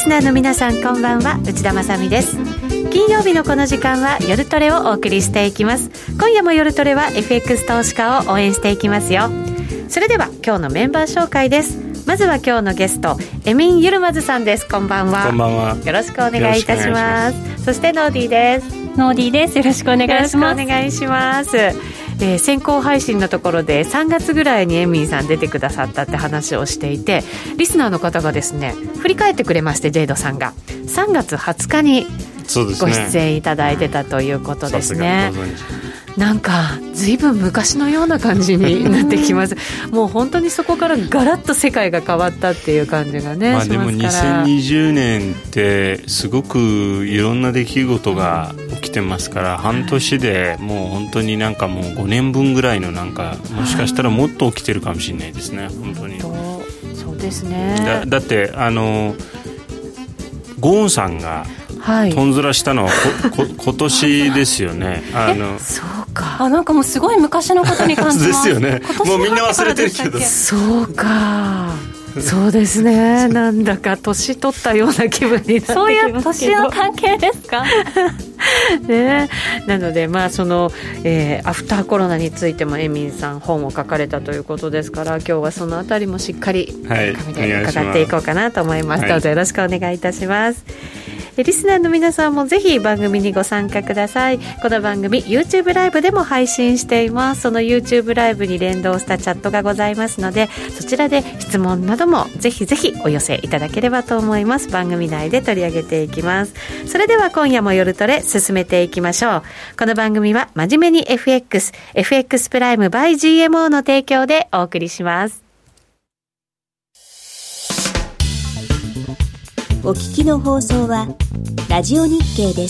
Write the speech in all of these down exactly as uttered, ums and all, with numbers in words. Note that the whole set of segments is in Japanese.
スナーの皆さん、こんばんは。内田まさみです。金曜日のこの時間は夜トレをお送りしていきます。今夜も夜トレは エフエックス 投資家を応援していきますよ。それでは今日のメンバー紹介です。まずは今日のゲスト、エミン・ユルマズさんです。こんばんは。 こんばんは。 よろしくお願いいたします。そしてノーディーです。 ノーディーです。よろしくお願いします。 よろしくお願いします。えー、先行配信のところでさんがつぐらいにエミンさん出てくださったって話をしていて、リスナーの方がですね振り返ってくれまして、ジェイドさんがさんがつはつかにご出演いただいてたということですね。なんか随分昔のような感じになってきますもう本当にそこからガラッと世界が変わったっていう感じがね、 まあ、でもにせんにじゅうねんってすごくいろんな出来事が起きてますから、半年でもう本当になんかもうごねんぶんぐらいのなんか、もしかしたらもっと起きてるかもしれないですね。本当にそうですね。 だ, だってあのゴーンさんがとんずらしたのはここ今年ですよね。あのそうか。 あ、なんかもうすごい昔のことに感じますですよね。もうみんな忘れてるけど。 そうか。そうですね。なんだか年取ったような気分になってきますけど。 そういう年の関係ですかね、なので、まあそのえー、アフターコロナについてもエミンさん本を書かれたということですから、今日はそのあたりもしっかり紙で伺っていこうかなと思います。はい、どうぞよろしくお願いいたします。リスナーの皆さんもぜひ番組にご参加ください。この番組 YouTube ライブでも配信しています。その YouTube ライブに連動したチャットがございますので、そちらで質問などもぜひぜひお寄せいただければと思います。番組内で取り上げていきます。それでは今夜も夜トレ進めていきましょう。この番組は真面目に エフエックス エフエックス プライム by ジーエムオー の提供でお送りします。 お聞きの放送はラジオ日経です。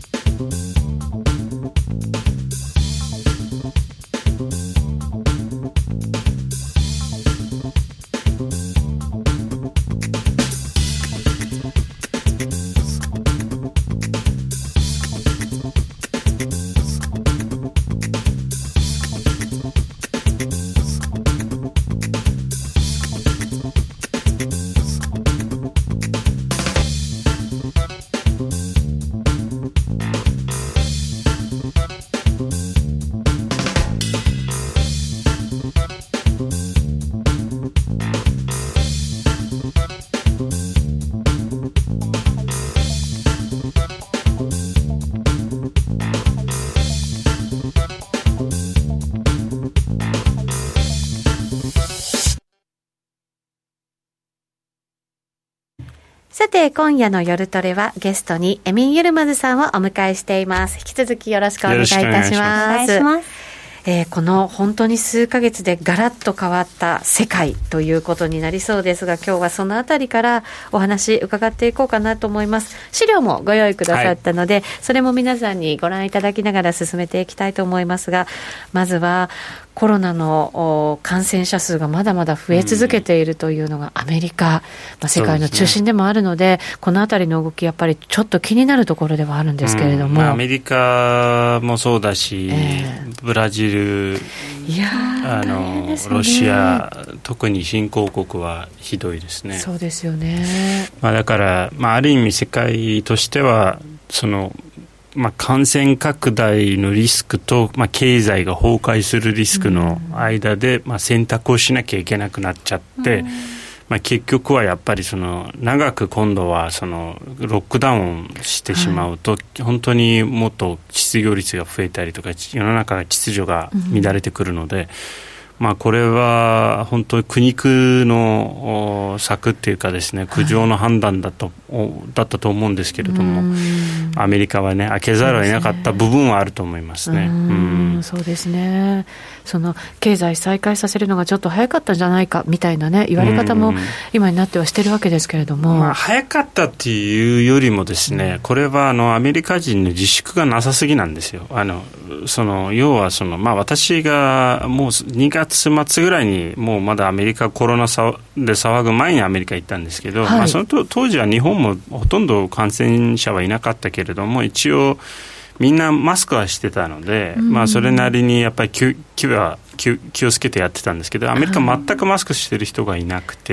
さて今夜の夜トレはゲストにエミン・ユルマズさんをお迎えしています。引き続きよろしくお願いいたします。 よろしくお願いします。 えー、この本当に数ヶ月でガラッと変わった世界ということになりそうですが、今日はそのあたりからお話伺っていこうかなと思います。資料もご用意くださったので、はい、それも皆さんにご覧いただきながら進めていきたいと思いますが、まずはコロナの感染者数がまだまだ増え続けているというのがアメリカ、まあ、世界の中心でもあるの で, で、ね、このあたりの動きやっぱりちょっと気になるところではあるんですけれども、うんまあ、 アメリカもそうだし、えー、ブラジル、 いやあの、ね、ロシア、特に新興国はひどいですね。 そうですよね、 まあ、だから、まあ、ある意味世界としてはそのまあ、感染拡大のリスクと、まあ、経済が崩壊するリスクの間で、うんまあ、選択をしなきゃいけなくなっちゃって、うんまあ、結局はやっぱりその長く今度はそのロックダウンしてしまうと、はい、本当にもっと失業率が増えたりとか世の中の秩序が乱れてくるので、うんまあ、これは本当に苦肉の策っていうかですね、苦情の判断だと、はい、だったと思うんですけれども、アメリカはね開けざるを得なかった部分はあると思いますね。 うんうんそうですね。その経済再開させるのがちょっと早かったんじゃないかみたいなね言われ方も今になってはしてるわけですけれども、 まあ、早かったっていうよりもですね、これはあのアメリカ人の自粛がなさすぎなんですよ。あのその要はその、まあ、私がもうにがつ末ぐらいにもうまだアメリカコロナで騒ぐ前にアメリカ行ったんですけど、はいまあ、その当時は日本もほとんど感染者はいなかったけれども、一応みんなマスクはしてたので、うんまあ、それなりにやっぱり気は気をつけてやってたんですけど、アメリカ全くマスクしてる人がいなくて、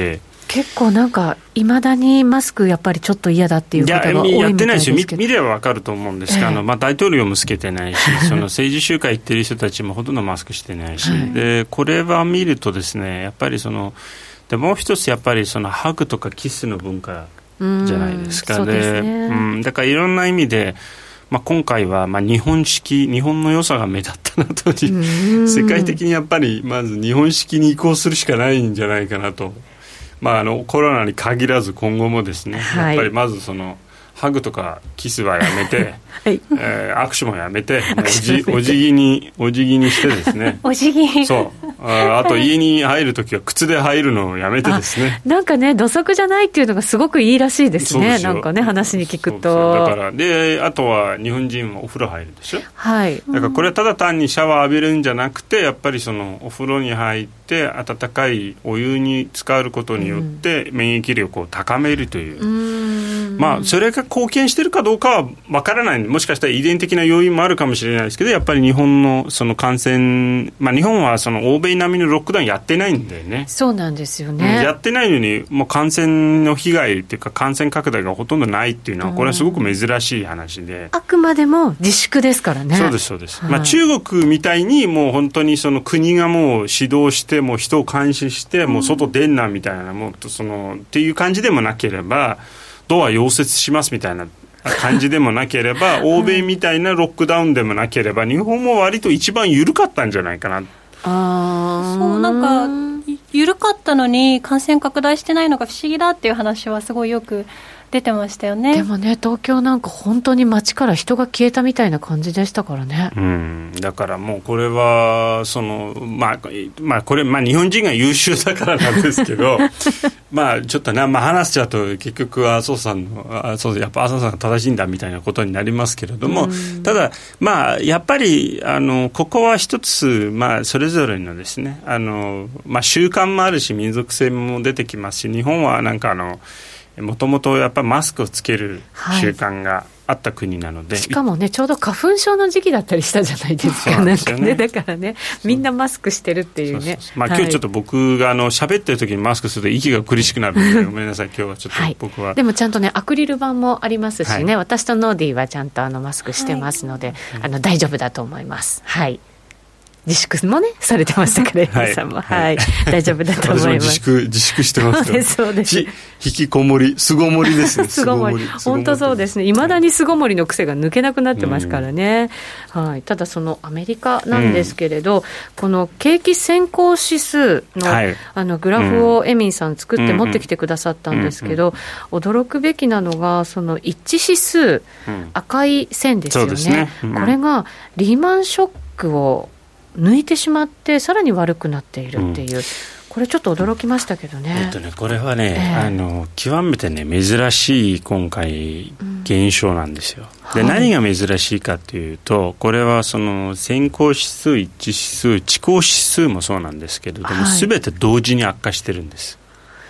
結構なんかいまだにマスクやっぱりちょっと嫌だっていう方が多いみたいですけど。いや、 やってないですよ。 見, 見れば分かると思うんですが、えーあのまあ、大統領もつけてないしその政治集会行ってる人たちもほとんどマスクしてないし、はい、でこれは見るとですね、やっぱりそのでもう一つやっぱりそのハグとかキスの文化じゃないですか。 そうですね。 うん、だからいろんな意味で、まあ、今回はまあ日本式日本の良さが目立ったなと、世界的にやっぱりまず日本式に移行するしかないんじゃないかなと、まあ、あのコロナに限らず今後もですね、はい、やっぱりまずそのハグとかキスはやめて、はいえー、握手もやめておじ、お辞儀にお辞儀にしてですねお辞儀そうあ, あと家に入るときは靴で入るのをやめてですね。 なんかね土足じゃないっていうのがすごくいいらしいですね。ですなんかね話に聞くとそうそうだからであとは日本人はお風呂入るでしょ、 はい、 だからこれはただ単にシャワー浴びるんじゃなくてやっぱりそのお風呂に入って温かいお湯に浸かることによって免疫力を高めるという、うんまあ、それが貢献しているかどうかは分からない。もしかしたら遺伝的な要因もあるかもしれないですけどやっぱり日本のその感染、まあ、日本はその欧米並みのロックダウンやってないんだよね。 そうなんですよね。 やってないのにもう感染の被害というか感染拡大がほとんどないっていうのはこれはすごく珍しい話で、 あくまでも自粛ですからね。 そうですそうです、はいまあ、中国みたいにもう本当にその国がもう指導してもう人を監視してもう外出んなみたいなもうそのっていう感じでもなければドア溶接しますみたいな感じでもなければ欧米みたいなロックダウンでもなければ日本も割と一番緩かったんじゃないかな。 あそうなんか緩かったのに感染拡大してないのが不思議だっていう話はすごいよく出てましたよね。 でもね東京なんか本当に街から人が消えたみたいな感じでしたからね。 うんだからもうこれはその、まあまあ、これ、まあ、日本人が優秀だからなんですけどまあちょっとね、まあ、話しちゃうと結局麻生さんのあそうやっぱ麻生さんが正しいんだみたいなことになりますけれども、ただまあやっぱりあのここは一つ、まあ、それぞれのですねあの、まあ、習慣もあるし民族性も出てきますし日本はなんかあのもともとやっぱマスクをつける習慣があった国なので、はい、 しかもねちょうど花粉症の時期だったりしたじゃないですか。なんかねだからねみんなマスクしてるっていうね。そうそうそう、まあ、今日ちょっと僕があの喋ってる時にマスクすると息が苦しくなるのでごめんなさい今日はちょっと僕は、はい、 でもちゃんとねアクリル板もありますしね、はい、私とノーディーはちゃんとあのマスクしてますので、はい、あの大丈夫だと思います。はい自粛もねされてましたから皆、はい、さんも、はいはい、大丈夫だと思います。私も自粛自粛してますから。 そうですそうです。 引きこもり巣ごもりですね。 巣ごもり本当そうですね。いまだに巣ごもりの癖が抜けなくなってますからね、うんはい、ただそのアメリカなんですけれど、うん、この景気先行指数 の,、はい、あのグラフをエミンさん作って持ってきてくださったんですけど、うんうん、驚くべきなのがその一致指数、うん、赤い線ですよ ね, ね、うん、これがリーマンショックを抜いてしまってさらに悪くなっているっていう、うん、これちょっと驚きましたけどね。 えっとねこれはね、えー、あの極めてね珍しい今回現象なんですよ、うん、で、はい、何が珍しいかというとこれはその先行指数一致指数遅行指数もそうなんですけれども、はい、全て同時に悪化してるんです。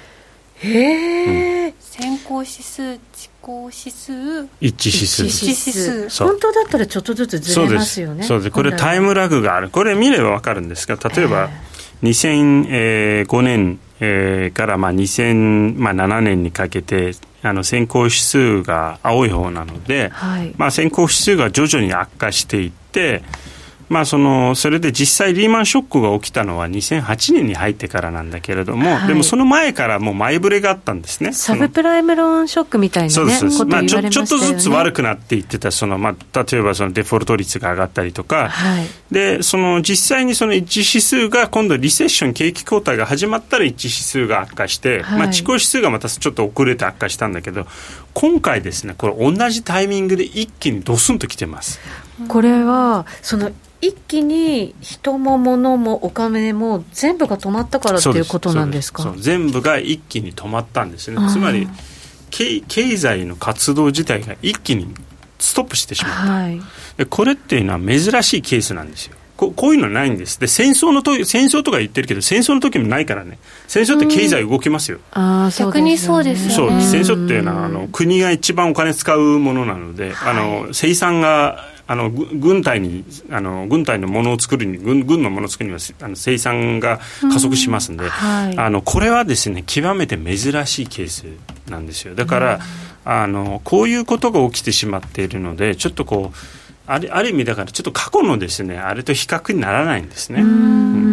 へー、うん、 先行指数遅行指数一致指数一致指数本当だったらちょっとずつずれますよね。 そうです。これタイムラグがある。これ見れば分かるんですが例えばにせんごねんからまあにせんななねんにかけてあの先行指数が青い方なので、はいまあ、先行指数が徐々に悪化していってまあ、そのそれで実際リーマンショックが起きたのはにせんはちねんに入ってからなんだけれども、はい、でもその前からもう前触れがあったんですね。 サブプライムローンショックみたいな、ね、 そうですこと言われましたよね。 まあ、ちょ、ちょっとずつ悪くなっていってたその、まあ、例えばそのデフォルト率が上がったりとか、はい、でその実際にその一致指数が今度リセッション景気後退が始まったら一致指数が悪化して、はいまあ、遅行指数がまたちょっと遅れて悪化したんだけど今回ですねこれ同じタイミングで一気にドスンときてます。 これはその一気に人も物もお金も全部が止まったからっていうことなんですか。 そうですそうです。全部が一気に止まったんですね。つまり経、経済の活動自体が一気にストップしてしまった、はい、でこれっていうのは珍しいケースなんですよ。こ, こういうのないんです。で戦争の時戦争とか言ってるけど戦争の時もないからね。戦争って経済動きますよ。 あそうですよね、逆にそうですよね。 そう戦争っていうのはあの国が一番お金使うものなので、はい、あの生産があの軍隊にあの軍隊のものを作るに 軍, 軍のものを作るにはあの生産が加速しますので、うんはい、あのこれはですね極めて珍しいケースなんですよ。だから、うん、あのこういうことが起きてしまっているのでちょっとこうある、ある意味だからちょっと過去のですねあれと比較にならないんですね。うん、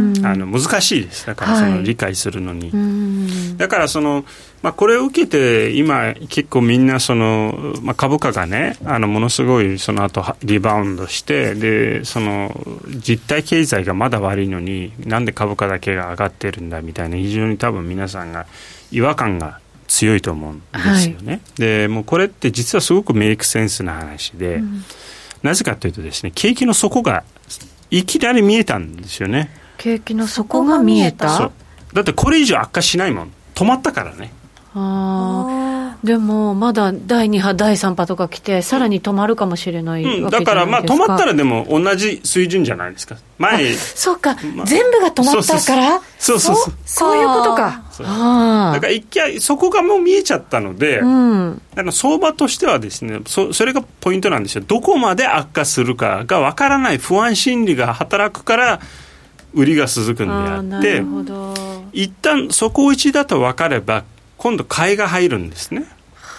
あの難しいです。だからその理解するのに、はい、だからその、まあ、これを受けて今結構みんなその、まあ、株価がねあのものすごいその後リバウンドしてでその実体経済がまだ悪いのになんで株価だけが上がってるんだみたいな非常に多分皆さんが違和感が強いと思うんですよね、はい、でもうこれって実はすごくメイクセンスな話で、うんなぜかというとですね景気の底がいきなり見えたんですよね。 景気の底が見えた。 そうだってこれ以上悪化しないもん止まったからね。 あでもまだだいに波だいさん波とか来てさらに止まるかもしれないわけじゃないですか、うん、だからまあ止まったらでも同じ水準じゃないですか前そうか、まあ、全部が止まったからそうそうそうそういうことか。あだから一回そこがもう見えちゃったので、うん、だから相場としてはですね そ, それがポイントなんですよ。どこまで悪化するかが分からない不安心理が働くから売りが続くんであって、なるほど一旦底打ちだと分かれば今度買いが入るんですね。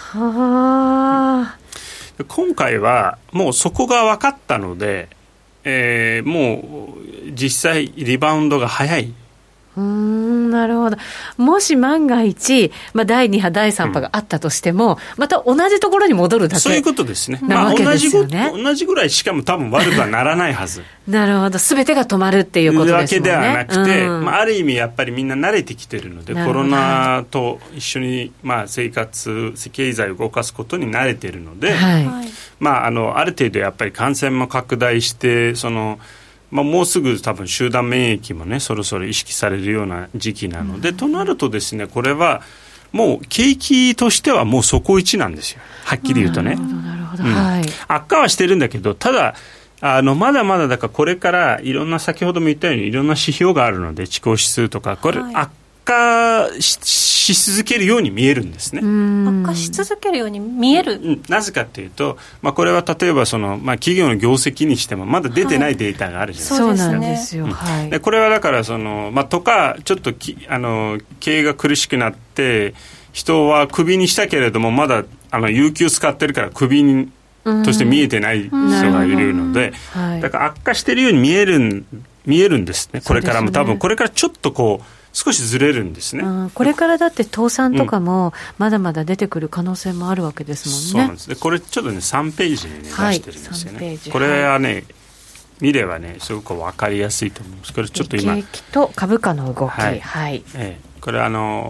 はあ、今回はもうそこが分かったので、えー、もう実際リバウンドが早い。 うーんなるほど。もし万が一、まあ、だいに波だいさん波があったとしても、うん、また同じところに戻るだけそういうことですね。 なわけですよね、 まあ、同じ、同じぐらいしかも多分悪くはならないはずなるほど。全てが止まるっていうことですもんね。 わけではなくて、うんまあ、ある意味やっぱりみんな慣れてきてるのでコロナと一緒に、まあ、生活経済を動かすことに慣れてるので、はいまあ、あのある程度やっぱり感染も拡大してそのまあ、もうすぐ多分集団免疫もねそろそろ意識されるような時期なので、うん、となるとですねこれはもう景気としてはもう底一なんですよはっきり言うとね。なるほどなるほど、うんはい、悪化はしてるんだけどただあのまだまだだからこれからいろんな先ほども言ったようにいろんな指標があるので地高指数とかこれ、はい、悪化 し, し続けるように見えるんですね。 悪化し続けるように見える、 うん、なぜかというと、まあ、これは例えばその、まあ、企業の業績にしてもまだ出てないデータがあるじゃないですか、 はい、そうなんですよ、うんはい、 でこれはだからその、まあ、とかちょっときあの経営が苦しくなって人はクビにしたけれどもまだあの有給使ってるからクビにとして見えてない人がいるので、うんはい、だから悪化してるように見える見えるんですね。これからも多分これからちょっとこう少しずれるんですね、うん、 これからだって倒産とかもまだまだ出てくる可能性もあるわけですもんね、うん、 そうなんです。でこれちょっとねさんページに、ねはい、出してるんですよね。これはね、はい、見ればねすごく分かりやすいと思うんです。これちょっと今景気と株価の動き、 はいはいえー、これあの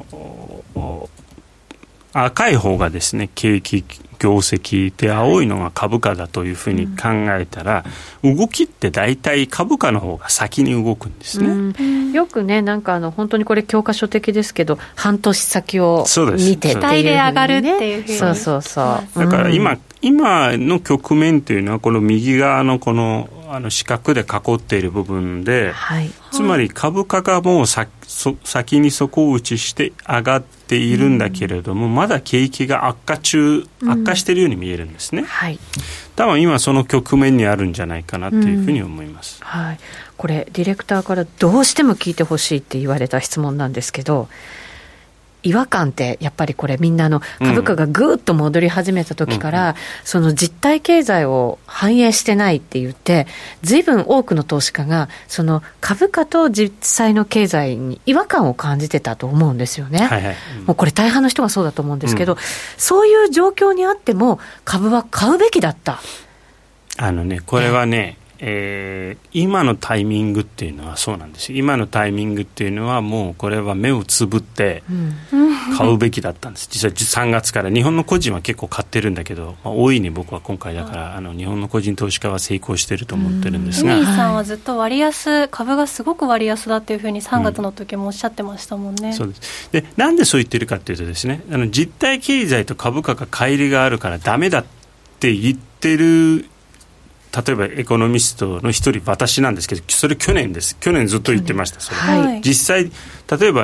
赤い方がですね景気業績で青いのが株価だというふうに考えたら、うん、動きって大体株価の方が先に動くんですね、 うん、よくねなんかあの本当にこれ教科書的ですけど半年先を見て期待で上がるっていうふうにそうそうそうだから今、うん、今の局面というのはこの右側のこのあの四角で囲っている部分で、はい、つまり株価がもうさそ先に底打ちして上がっているんだけれども、うん、まだ景気が悪化中悪化しているように見えるんですね、うんはい、多分今その局面にあるんじゃないかなというふうに思います、 うんはい、これディレクターからどうしても聞いてほしいって言われた質問なんですけど違和感ってやっぱりこれみんなの株価がぐーっと戻り始めた時から、うん、その実体経済を反映してないって言って随分多くの投資家がその株価と実際の経済に違和感を感じてたと思うんですよね、はいはいうん、もうこれ大半の人がそうだと思うんですけど、うん、そういう状況にあっても株は買うべきだった。 あのねこれはね、えーえー、今のタイミングっていうのはそうなんですよ。今のタイミングっていうのはもうこれは目をつぶって買うべきだったんです、うん、実はさんがつから日本の個人は結構買ってるんだけど、まあ、大いに僕は今回だからあの日本の個人投資家は成功してると思ってるんですが、 エミーさんはずっと割安株がすごく割安だっていうふうにさんがつの時もおっしゃってましたもんね、 うん、そうです。でなんでそう言ってるかっていうとですねあの実体経済と株価が乖離があるからダメだって言ってる例えばエコノミストの一人私なんですけどそれ去年です去年ずっと言ってました。それ、はい、実際例えば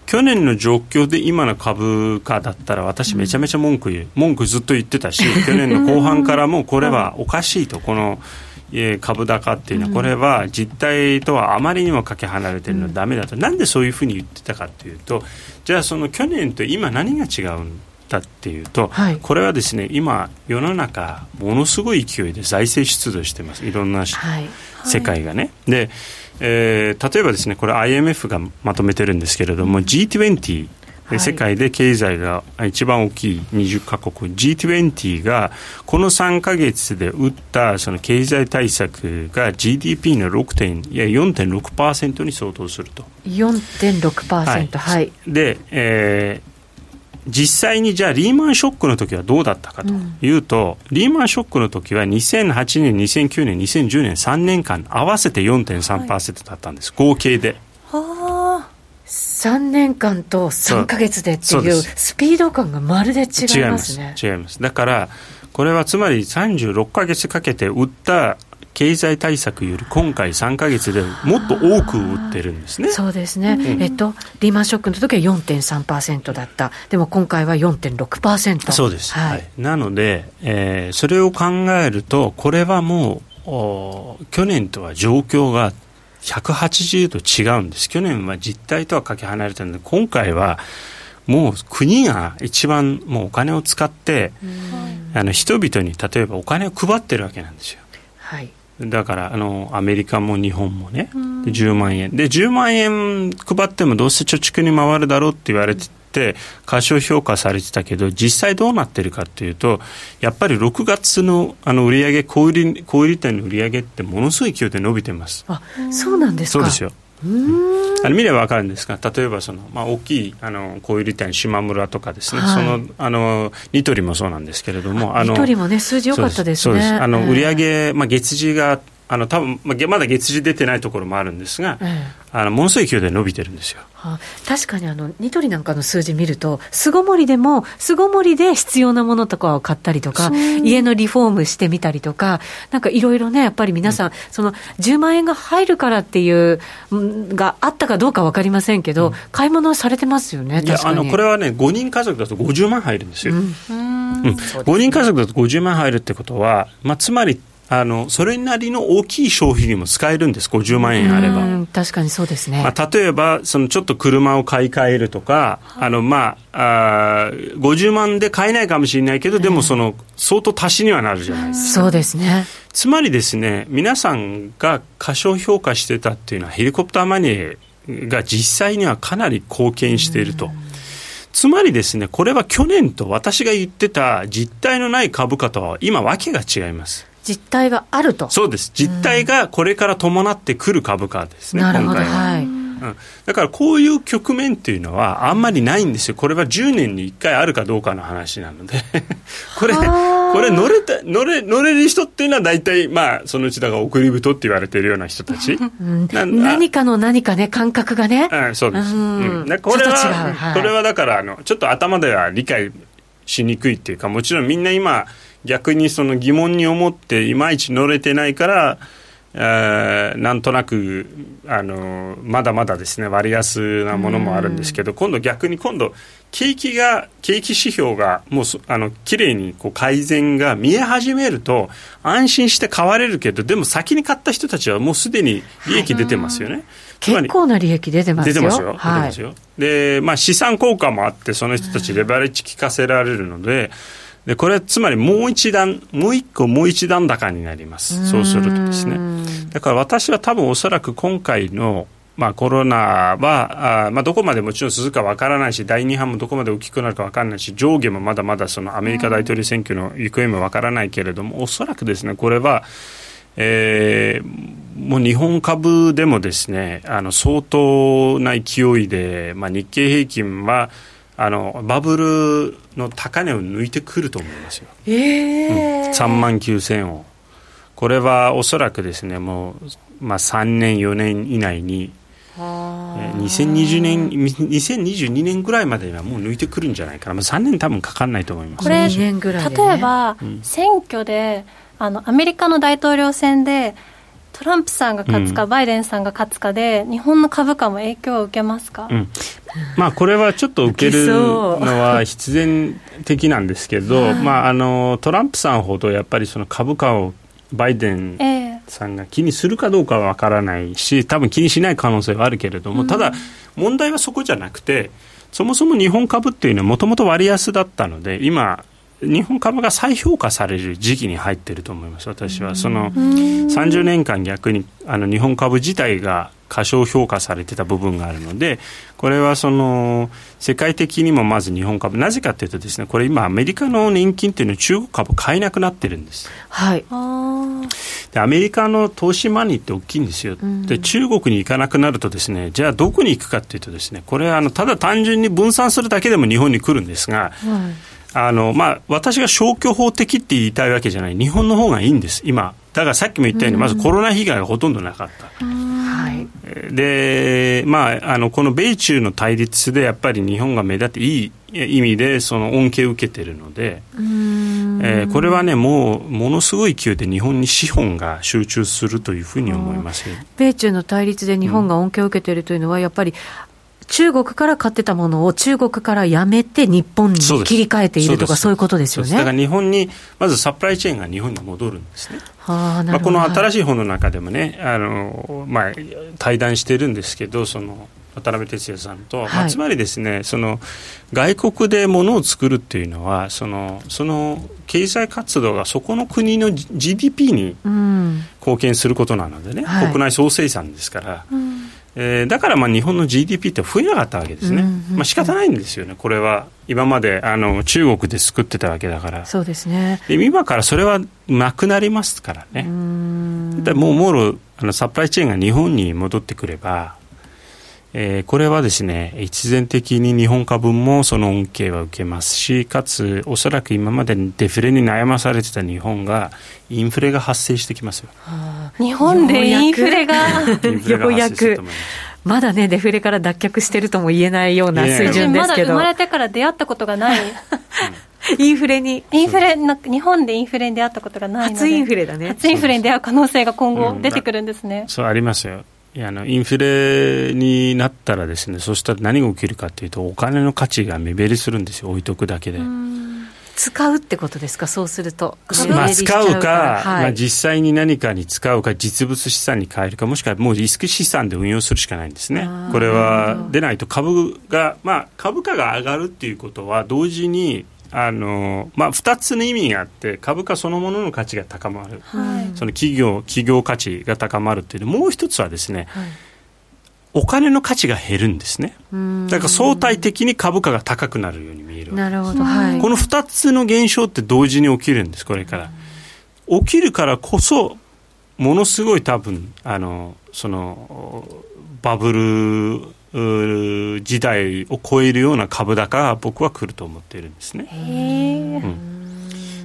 去年の状況で今の株価だったら私めちゃめちゃ文句言う、文句ずっと言ってたし、去年の後半からもこれはおかしいと、この株高っていうのはこれは実態とはあまりにもかけ離れてるのはダメだと。なんでそういうふうに言ってたかっていうと、じゃあその去年と今何が違うんだっていうと、はい、これはですね、今世の中ものすごい勢いで財政出動してます、いろんな、はい、世界がね。で、えー、例えばですね、これ アイエムエフ がまとめてるんですけれども、 ジートゥエンティー、はい、世界で経済が一番大きいにじゅっかこく ジートゥエンティー がこのさんかげつで打ったその経済対策が ジーディーピー のろくてんいや よんてんろくパーセント に相当すると。 よんてんろくパーセント、はい、はい、 で、えー実際にじゃあリーマンショックの時はどうだったかというと、うん、リーマンショックの時はにせんはちねん、にせんきゅうねん、にせんじゅうねんさんねんかん合わせて よんてんさんパーセント だったんです、はい、合計で。 はあ、さんねんかんとさんかげつでっていうスピード感がまるで違いますね。 違います、違います。だからこれはつまりさんじゅうろっかげつかけて打った経済対策より今回さんかげつでもっと多く売ってるんですね。 そうですね、うん、えっと、リーマンショックの時は よんてんさんパーセント だった。でも今回は よんてんろくパーセント。 そうです、はいはい、なので、えー、それを考えるとこれはもう去年とは状況がひゃくはちじゅうど違うんです。去年は実態とはかけ離れたので、今回はもう国が一番もうお金を使って、あの人々に例えばお金を配ってるわけなんですよ。 はい、 だからあのアメリカも日本もね、じゅうまんえんでじゅうまんえん配ってもどうせ貯蓄に回るだろうって言われてて過小評価されてたけど、実際どうなってるかっていうと、やっぱりろくがつのあの売上小売小売店の売上ってものすごい勢いで伸びてます。 あ、そうなんですか。 そうですよ。うーん、あの見れば分かるんですが、例えばその、まあ、大きいあの小売店島村とかですね、はい、そのあのニトリもそうなんですけれども、あのニトリもね数字良かったですね。 そうです、そうです。あの売上、まあ、月次があの多分、まあ、まだ月次出てないところもあるんですが、ええ、あのものすごい勢いで伸びてるんですよ。 はあ、確かにあのニトリなんかの数字見ると巣ごもりでも巣ごもりで必要なものとかを買ったりとか、家のリフォームしてみたりとか、なんかいろいろね、やっぱり皆さん、うん、そのじゅうまんえんが入るからっていうがあったかどうか分かりませんけど、うん、買い物はされてますよね。確かに。いや、あのこれはね、ごにん家族だとごじゅうまん入るんですよ。うん、うん、ごにん家族だとごじゅうまん入るってことは、まあ、つまりあのそれなりの大きい消費にも使えるんです。ごじゅうまんえんあれば。 うん、確かにそうですね。 まあ、例えばそのちょっと車を買い替えるとか、あの、まあ、あごじゅうまんで買えないかもしれないけど、でもその相当足しにはなるじゃないですか。 そうですね。 つまりですね、皆さんが過小評価してたっていうのはヘリコプターマネーが実際にはかなり貢献していると。つまりですね、これは去年と私が言ってた実態のない株価とは今わけが違います。 実態があると。 そうです。実態がこれから伴ってくる株価ですね、 なるほど、 今回は、はい、うん、だからこういう局面っていうのはあんまりないんですよ。これはじゅうねんにいっかいあるかどうかの話なのでこれこれ乗れた乗れ乗れる人っていうのは大体、まあ、そのうちだから送り人って言われているような人たち、うん、 な何かの何かね、感覚がね、 うん、そうです、うんうん、これは、はい、これはだからあのちょっと頭では理解しにくいっていうか、もちろんみんな今逆にその疑問に思っていまいち乗れてないから、えー、なんとなくあのまだまだですね割安なものもあるんですけど、今度逆に今度景気が景気指標がもうあの綺麗にこう改善が見え始めると安心して買われるけど、でも先に買った人たちはもうすでに利益出てますよね、はい、 結構な利益出てますよ。 出てますよ、はい、出てますよ。で、まあ、資産効果もあってその人たちレバレッジ効かせられるので、でこれはつまりもう一段もう一個もう一段高になります。そうするとですね、だから私は多分おそらく今回の、まあ、コロナはあ、まあ、どこまでもちろん続くか分からないし、だいに波もどこまで大きくなるか分からないし、上下もまだまだそのアメリカ大統領選挙の行方も分からないけれども、おそらくですねこれは、えー、もう日本株でもですねあの相当な勢いで、まあ、日経平均はあのバブルの高値を抜いてくると思いますよ、 えーうん、さんまんきゅうせんを。これはおそらくですねもう、まあ、さんねんよねん以内ににせんにじゅうねんにせんにじゅうにねんぐらいまではもう抜いてくるんじゃないかな、まあ、さんねん多分かかんないと思います。 これ、例えば、うん、選挙であのアメリカの大統領選でトランプさんが勝つか、うん、バイデンさんが勝つかで日本の株価も影響を受けますか？ うん、まあ、これはちょっと受けるのは必然的なんですけど、まあ、あのトランプさんほどやっぱりその株価をバイデンさんが気にするかどうかは分からないし、多分気にしない可能性はあるけれども、ただ問題はそこじゃなくて、そもそも日本株っていうのはもともと割安だったので、今日本株が再評価される時期に入っていると思います。私はそのさんじゅうねんかん逆にあの日本株自体が過小評価されてた部分があるので、これはその世界的にもまず日本株、なぜかというとですね、これ今アメリカの年金っていうのは中国株買えなくなってるんです。 はい。 でアメリカの投資マネーって大きいんですよ。で中国に行かなくなるとですね、じゃあどこに行くかというとですね、これはあのただ単純に分散するだけでも日本に来るんですが、はい、あのまあ、私が消去法的って言いたいわけじゃない、日本の方がいいんです今。だからさっきも言ったように、まずコロナ被害がほとんどなかった、はい、で、まあ、あのこの米中の対立でやっぱり日本が目立っていい意味でその恩恵を受けているので、うーん、えー、これはねもうものすごい勢いで日本に資本が集中するというふうに思いますよ。 米中の対立で日本が恩恵を受けているというのは、うん、やっぱり中国から買ってたものを中国からやめて日本に切り替えているとか、そういうことですよね。 だから日本にまずサプライチェーンが日本に戻るんですね。はあ、なるほど。まあ、この新しい本の中でもね、あの、まあ、対談してるんですけど、その渡辺哲也さんと、はい、まあ、つまりですね、その外国で物を作るっていうのはその、その経済活動がそこの国の ジーディーピー に貢献することなのでね、うん、はい、国内総生産ですから、うん、えー、だからまあ日本の ジーディーピー って増えなかったわけですね、うんうんうん、まあ、仕方ないんですよね。これは今まであの中国で作ってたわけだから。 そうですね。 で今からそれはなくなりますからね。うーん、でもうもろあのサプライチェーンが日本に戻ってくれば、えー、これはですね必然的に日本株もその恩恵は受けますし、かつおそらく今までデフレに悩まされてた日本がインフレが発生してきますよ。 はあ、日本でインフレがようやくまだねデフレから脱却してるとも言えないような水準ですけど、 まだ生まれてから出会ったことがないインフレにインフレな日本でインフレに出会ったことがないので、 初インフレだね。 初インフレに出会う可能性が今後出てくるんですね。 うん、そうありますよ。いやあのインフレになったらですね、そしたら何が起きるかというと、お金の価値が目減りするんですよ。置いとくだけで。 使うってことですか、そうすると。 まあ、使うか、はい、まあ、実際に何かに使うか、実物資産に変えるか、もしくはもうリスク資産で運用するしかないんですね。これは出ないと株が、まあ、株価が上がるっていうことは同時にあの、まあ、ふたつの意味があって、株価そのものの価値が高まる、はい、その企業、企業価値が高まるっていうの、もう一つはですね、はい、お金の価値が減るんですね。だから相対的に株価が高くなるように見える。 なるほど、はい、 このふたつの現象って同時に起きるんです。これから起きるからこそものすごい多分あのそのバブル時代を超えるような株高が僕は来ると思っているんですね。へー、うん、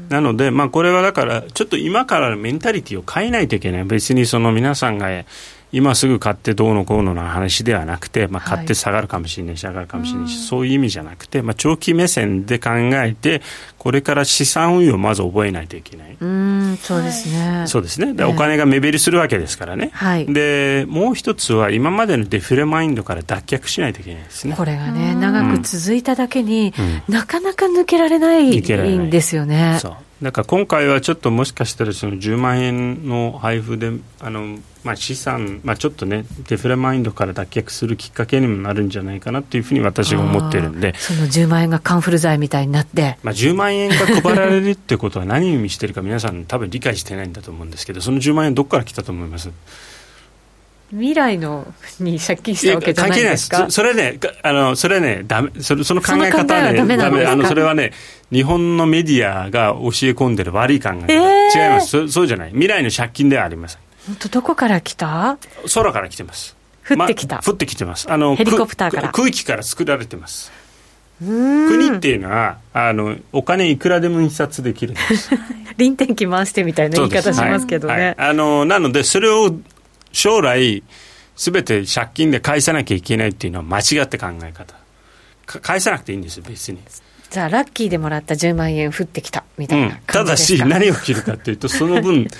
なので、まあ、これはだからちょっと今からメンタリティを変えないといけない。別にその皆さんが今すぐ買ってどうのこうのの話ではなくて、まあ、買って下がるかもしれないし、上がるかもしれないし、そういう意味じゃなくて、まあ、長期目線で考えて、これから資産運用をまず覚えないといけない。 うーん、そうですね。 そうですね。で、お金が目減りするわけですからね。はい、で、もう一つは今までのデフレマインドから脱却しないといけないですね。 これがね、長く続いただけに、うん、なかなか抜けられないんですよね。 そう。だから今回はちょっともしかしたらそのじゅうまんえんの配布であの、まあ、資産、まあ、ちょっとねデフレマインドから脱却するきっかけにもなるんじゃないかなというふうに私は思ってるんで、 そのじゅうまんえんがカンフル剤みたいになって、 まあ、じゅうまんえんが配られるってことは何を意味してるか皆さん多分理解してないんだと思うんですけど、そのじゅうまんえんどこから来たと思います？ 未来のに借金したわけじゃないですか。 関係ないです。それね、あのそれねダメ、それその考え方はね、ダメなんですか？あのそれはね、日本のメディアが教え込んでる悪い考え方、えー、違います。そ、そうじゃない。未来の借金ではありません。 本当どこから来た？ 空から来てます。 降ってきた。 ま、降ってきてます。あのヘリコプターから。 空気から作られてます。国っていうのはあのお金いくらでも印刷できるんです。 輪転機回してみたいな言い方しますけどね。はいはい、 あのなのでそれを将来すべて借金で返さなきゃいけないっていうのは間違って考え方。返さなくていいんですよ別に。 じゃあラッキーでもらったじゅうまんえん降ってきたみたいな感じですか？ うん、ただし何が起きるかというとその分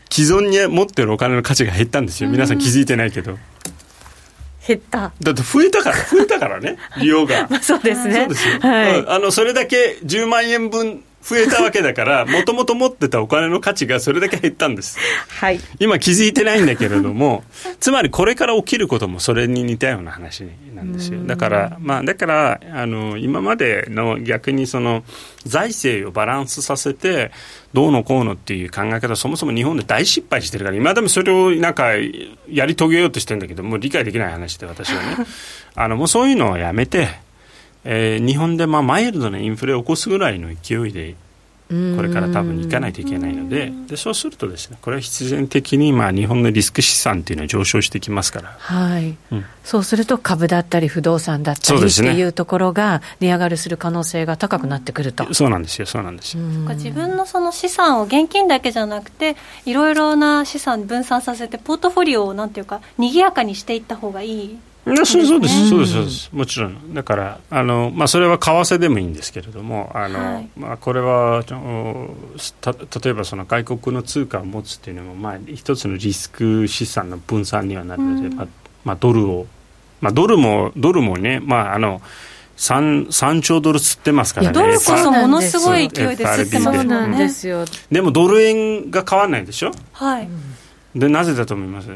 既存に持ってるお金の価値が減ったんですよ。皆さん気づいてないけど。 減った。 だって増えたから増えたからね利用が。 まあそうですね。 そうですよ。はい、あのそれだけじゅうまんえんぶん増えたわけだからもともと持ってたお金の価値がそれだけ減ったんです、 はい、 今気づいてないんだけれどもつまりこれから起きることもそれに似たような話なんですよ。だから、まあ、だからあの今までの逆にその財政をバランスさせてどうのこうのっていう考え方そもそも日本で大失敗してるから今でもそれをなんかやり遂げようとしてるんだけどもう理解できない話で私はねあのもうそういうのをやめてえー、日本でまあマイルドなインフレを起こすぐらいの勢いでこれから多分いかないといけないの で, でそうするとですねこれは必然的にまあ日本のリスク資産というのは上昇してきますから、 はいうん、そうすると株だったり不動産だったりっていうところが値上がりする可能性が高くなってくると。 そうなんですよそうなんですよ。 自分のその資産を現金だけじゃなくていろいろな資産分散させてポートフォリオをなんていうか賑やかにしていった方がいい。 そうそうですそうですそうですもちろんだからあの、まあ、それは為替でもいいんですけれどもあの、はいまあ、これはた例えばその外国の通貨を持つっていうのも、まあ、一つのリスク資産の分散にはなるので、うんまあまあ、ドルを、まあ、ドルもドルもね、まあ、あの 3, さんちょうドル吸ってますからね。 ドルこそものすごい勢いで吸ってますもんね。 でもドル円が変わらないでしょ。 はい。 でなぜだと思います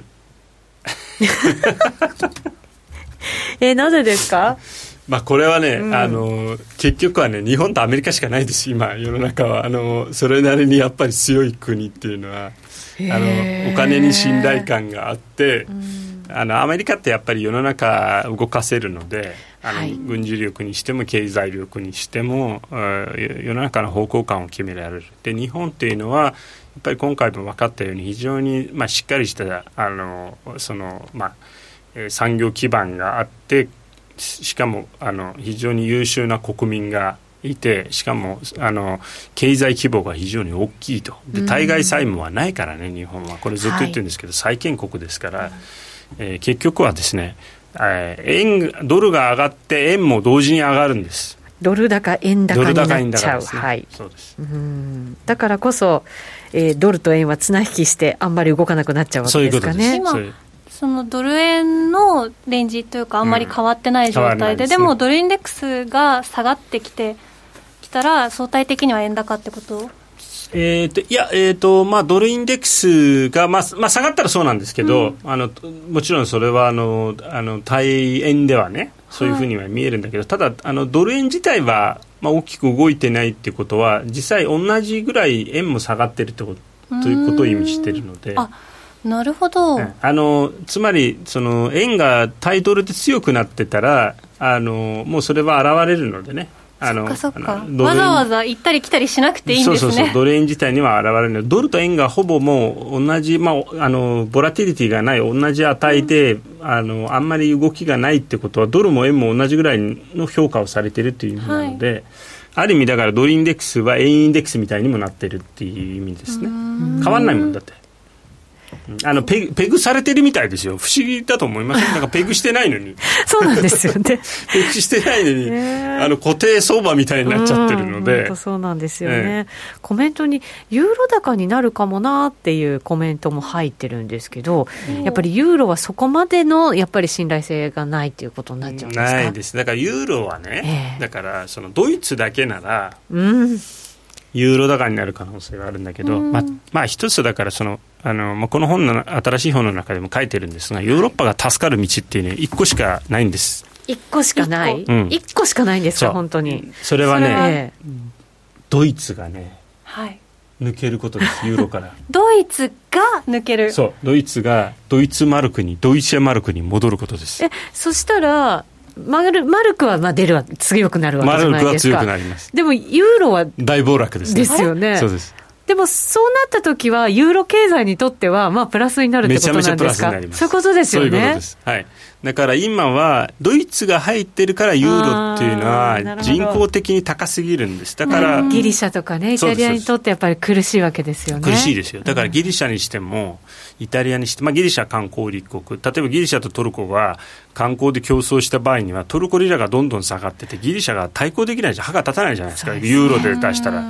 えー、なぜですか。 まあ、これはね、うん、あの結局はね日本とアメリカしかないです今世の中はあのそれなりにやっぱり強い国っていうのはあのお金に信頼感があって、うん、あのアメリカってやっぱり世の中動かせるのであの、はい、軍事力にしても経済力にしても世の中の方向感を決められる。で日本っていうのはやっぱり今回も分かったように非常に、まあ、しっかりしたあのその、まあ産業基盤があってしかもあの非常に優秀な国民がいてしかもあの経済規模が非常に大きいと。で対外債務はないからね日本はこれずっと言ってるんですけど、はい、債権国ですから、えー、結局はですね、えー、円ドルが上がって円も同時に上がるんです。 ドル高円高になっちゃう、 ねはい、そうです。 うんだからこそ、えー、ドルと円は綱引きしてあんまり動かなくなっちゃうわけですかね。 そういうことです。今そのドル円のレンジというかあんまり変わってない状態 で,、うん、で, でもドルインデックスが下がってきてきたら相対的には円高ってこと？ えー、といや、えーとまあ、ドルインデックスが、まあまあ、下がったらそうなんですけど、うん、あのもちろんそれはあのあの対円ではねそういうふうには見えるんだけど、はい、ただあのドル円自体は、まあ、大きく動いてないってことは実際同じぐらい円も下がってるってことということを意味しているので。 あなるほど。 あのつまりその円が対ドルで強くなってたらあのもうそれは現れるのでね。あのそっかそっかわざわざ行ったり来たりしなくていいんですね。 そうそうそうドル円自体には現れるのでドルと円がほぼもう同じ、まあ、あのボラティリティがない同じ値で、うん、あのあんまり動きがないってことはドルも円も同じぐらいの評価をされているという意味なので、はい、ある意味だからドルインデックスは円インデックスみたいにもなっているっていう意味ですね。変わんないもんだってあのペグ、ペグされてるみたいですよ。不思議だと思いますなんかペグしてないのにそうなんですよねペグしてないのに、えー、あの固定相場みたいになっちゃってるので、 うん、そうなんですよね、えー、コメントにユーロ高になるかもなっていうコメントも入ってるんですけど、うん、やっぱりユーロはそこまでのやっぱり信頼性がないっていうことになっちゃうんですか？ ないです。だからユーロはね、えー、だからそのドイツだけなら、 うんユーロ高になる可能性があるんだけど、うんまあまあ、一つだからそのあの、まあ、この本の新しい本の中でも書いてるんですがヨーロッパが助かる道っていうね一個しかないんです。 一個しかない、うん、一個しかないんですか本当に。 それはねそれはドイツがね、 はい、 抜けることですユーロからドイツが抜ける。 そうドイツがドイツマルクにドイツェマルクに戻ることです。 えそしたらマル, マルクはまあ出るわ強くなるわけじゃないですか。 マルクは強くなります。 でもユーロは大暴落ですね。 ですよね。 そうです。 でもそうなった時はユーロ経済にとってはまあプラスになるってことなんですか？めちゃめちゃプラスになります。そういうことですよね。 そういうことです、はい、だから今はドイツが入ってるからユーロっていうのは人口的に高すぎるんです。だからギリシャとかねイタリアにとってやっぱり苦しいわけですよね。 苦しいですよ。だからギリシャにしてもイタリアにして、まあ、ギリシャは観光立国、例えばギリシャとトルコが観光で競争した場合にはトルコリラがどんどん下がっててギリシャが対抗できないじゃん、歯が立たないじゃないですかユーロで出したら。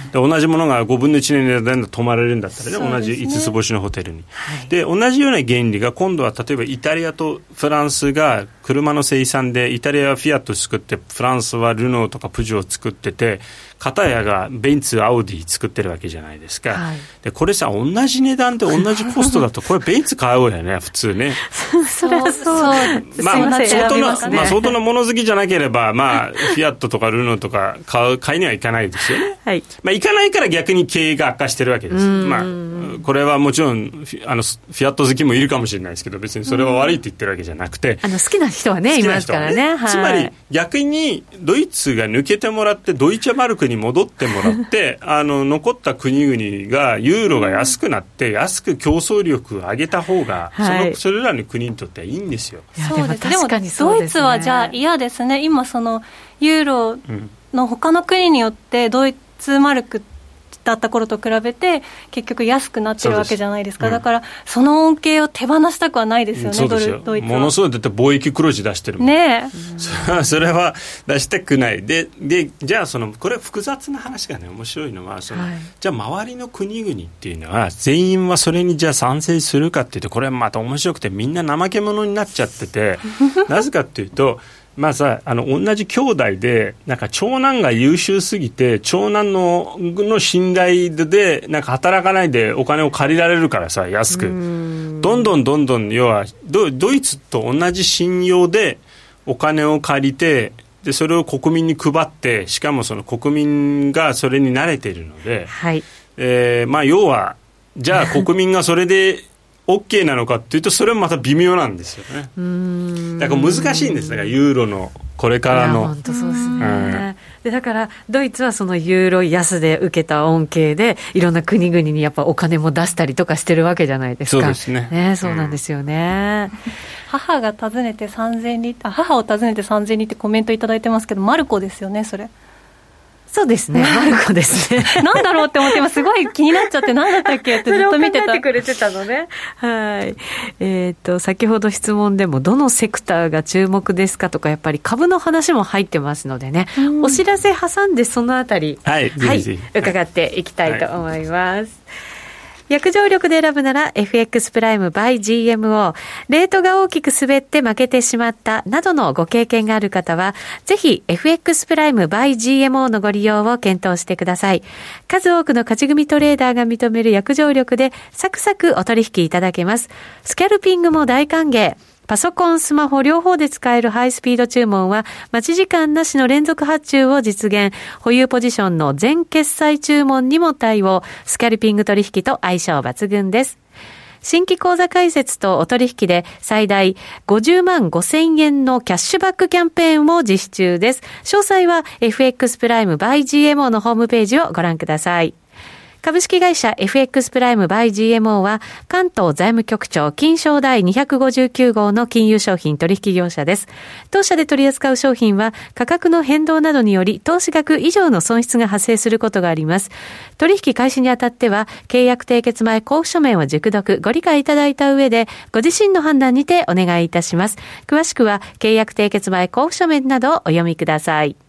で同じものがごぶんのいちの値段で泊まれるんだったらね、ね同じいつつ星のホテルに、はい、で同じような原理が今度は例えばイタリアとフランスが車の生産で、イタリアはフィアット作ってフランスはルノーとかプジョーを作ってて、片やがベンツアウディ作ってるわけじゃないですか、はい、でこれさ同じ値段で同じコストだとこれベンツ買おうよね普通ねそりゃそうまあ相当な、まあ、相当な物好きじゃなければ、まあ、フィアットとかルノーとか買う買いにはいかないですよね、はいまあ、いかないから逆に経営が悪化してるわけです。まあ、これはもちろんあのフィアット好きもいるかもしれないですけど、別にそれは悪いって言ってるわけじゃなくて、 あの好きな人はねいますからね、はい、 つまり逆にドイツが抜けてもらってドイツマルクに戻ってもらってあの残った国々がユーロが安くなって安く競争力を上げた方が、はい、そのそれらの国にとってはいいんですよ。 そうです。でもドイツはじゃあ嫌ですね。今そのユーロの他の国によってドイツマルクだった頃と比べて結局安くなってるわけじゃないですか。です、うん、だからその恩恵を手放したくはないですよね。 そうですよ。 ドイツはものすごいだって貿易黒字出してるもんねえそれは出したくない。ででじゃあそのこれ複雑な話がね面白いのはその、はい、じゃあ周りの国々っていうのは全員はそれにじゃあ賛成するかっていうと、これはまた面白くてみんな怠け者になっちゃっててなぜかっていうとまあさ、あの同じ兄弟でなんか長男が優秀すぎて長男のの信頼でなんか働かないでお金を借りられるからさ安くどんどんどんどん要は ド, ドイツと同じ信用でお金を借りてでそれを国民に配って、しかもその国民がそれに慣れているので、はいえーまあ、要はじゃあ国民がそれでOK なのかっていうとそれもまた微妙なんですよね。うーんだから難しいんです。だからユーロのこれからの本当そうですね、うん、でだからドイツはそのユーロ安で受けた恩恵でいろんな国々にやっぱお金も出したりとかしてるわけじゃないですか。 そうですね。 ね、そうなんですよね、 うん、母が訪ねてさんぜんリあ母を訪ねてさんぜんリってコメントいただいてますけど、マルコですよねそれ。 そうですね、マルコですねなんだろうって思って今すごい気になっちゃって何だったっけってずっと見てた。 それを考えてくれてたのね。はい。えっと先ほど質問でもどのセクターが注目ですかとかやっぱり株の話も入ってますのでね、お知らせ挟んでそのあたり、 はい、はい、ぜひ伺っていきたいと思います。はい、約定力で選ぶなら エフエックス プライム by ジーエムオー、 レートが大きく滑って負けてしまったなどのご経験がある方はぜひ エフエックス プライム by ジーエムオー のご利用を検討してください。数多くの勝ち組トレーダーが認める約定力でサクサクお取引いただけます。スキャルピングも大歓迎。パソコン、スマホ両方で使えるハイスピード注文は待ち時間なしの連続発注を実現。保有ポジションの全決済注文にも対応。スキャルピング取引と相性抜群です。新規口座開設とお取引で最大ごじゅうまんごせんえんのキャッシュバックキャンペーンを実施中です。詳細は エフエックス プライム by ジーエムオー のホームページをご覧ください。株式会社 エフエックス プライム by ジーエムオー は関東財務局長金商第にひゃくごじゅうきゅう号の金融商品取引業者です。当社で取り扱う商品は価格の変動などにより投資額以上の損失が発生することがあります。取引開始にあたっては契約締結前交付書面を熟読ご理解いただいた上でご自身の判断にてお願いいたします。詳しくは契約締結前交付書面などをお読みください。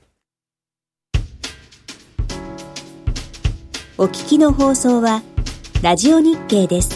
お聞きの放送はラジオ日経です。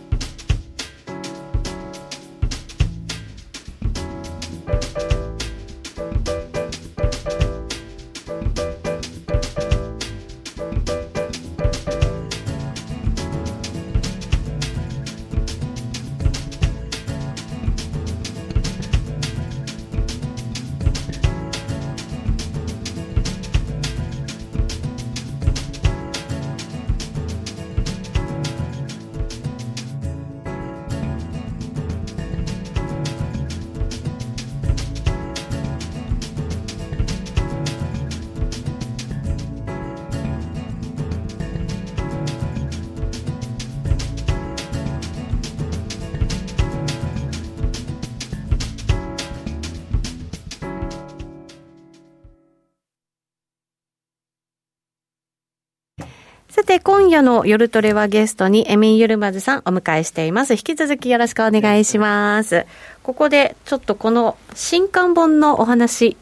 さて今夜の夜トレはゲストにエミン・ユルマズさんお迎えしています。引き続きよろしくお願いします。ここでちょっとこの新刊本のお話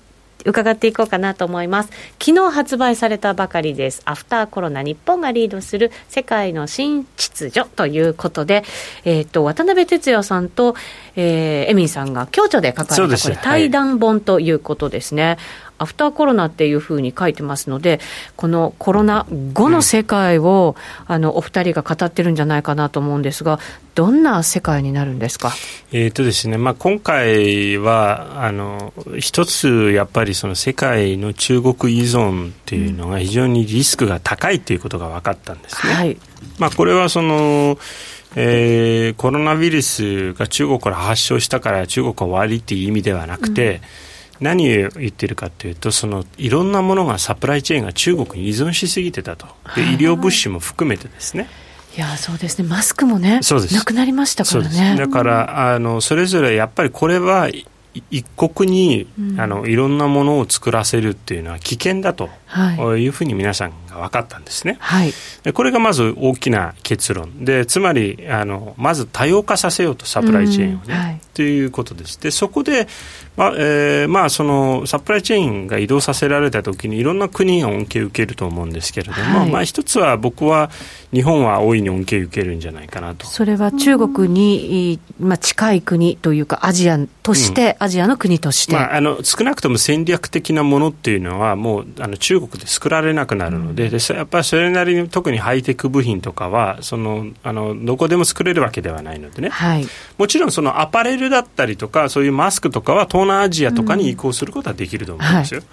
伺っていこうかなと思います。昨日発売されたばかりです。アフターコロナ、日本がリードする世界の新秩序ということで、えー、と渡辺哲也さんと、えー、エミンさんが共著で書かれたこれ対談本ということですね、はい、アフターコロナっていうふうに書いてますので、このコロナ後の世界を、うん、あのお二人が語ってるんじゃないかなと思うんですが、どんな世界になるんですか？ えーとですねまあ、今回はあの一つやっぱりその世界の中国依存というのが非常にリスクが高いということが分かったんですね、はいまあ、これはそのえー、コロナウイルスが中国から発症したから中国は終わりという意味ではなくて、うん何を言っているかというと、そのいろんなものがサプライチェーンが中国に依存しすぎてたと。で医療物資も含めてですね。 いやそうですね、マスクもねなくなりましたからね。 だからあのそれぞれやっぱりこれは一国に、うん、あのいろんなものを作らせるっていうのは危険だと、はい、いうふうに皆さんが分かったんですね、はい、でこれがまず大きな結論で、つまりあのまず多様化させようとサプライチェーンをね、うんはい、ということです。でそこで、まあえーまあ、そのサプライチェーンが移動させられたときにいろんな国が恩恵を受けると思うんですけれども、はいまあ、一つは僕は日本は大いに恩恵を受けるんじゃないかなと。 それは中国に、まあ、近い国というかアジアとして、うん、アジアの国として、 まあ、あの少なくとも戦略的なものっていうのはもうあの中国で作られなくなるので、うん、でやっぱりそれなりに特にハイテク部品とかはそのあのどこでも作れるわけではないのでね、はい、もちろんそのアパレルだったりとかそういうマスクとかは東南アジアとかに移行することはできると思うんですよ、うんはい、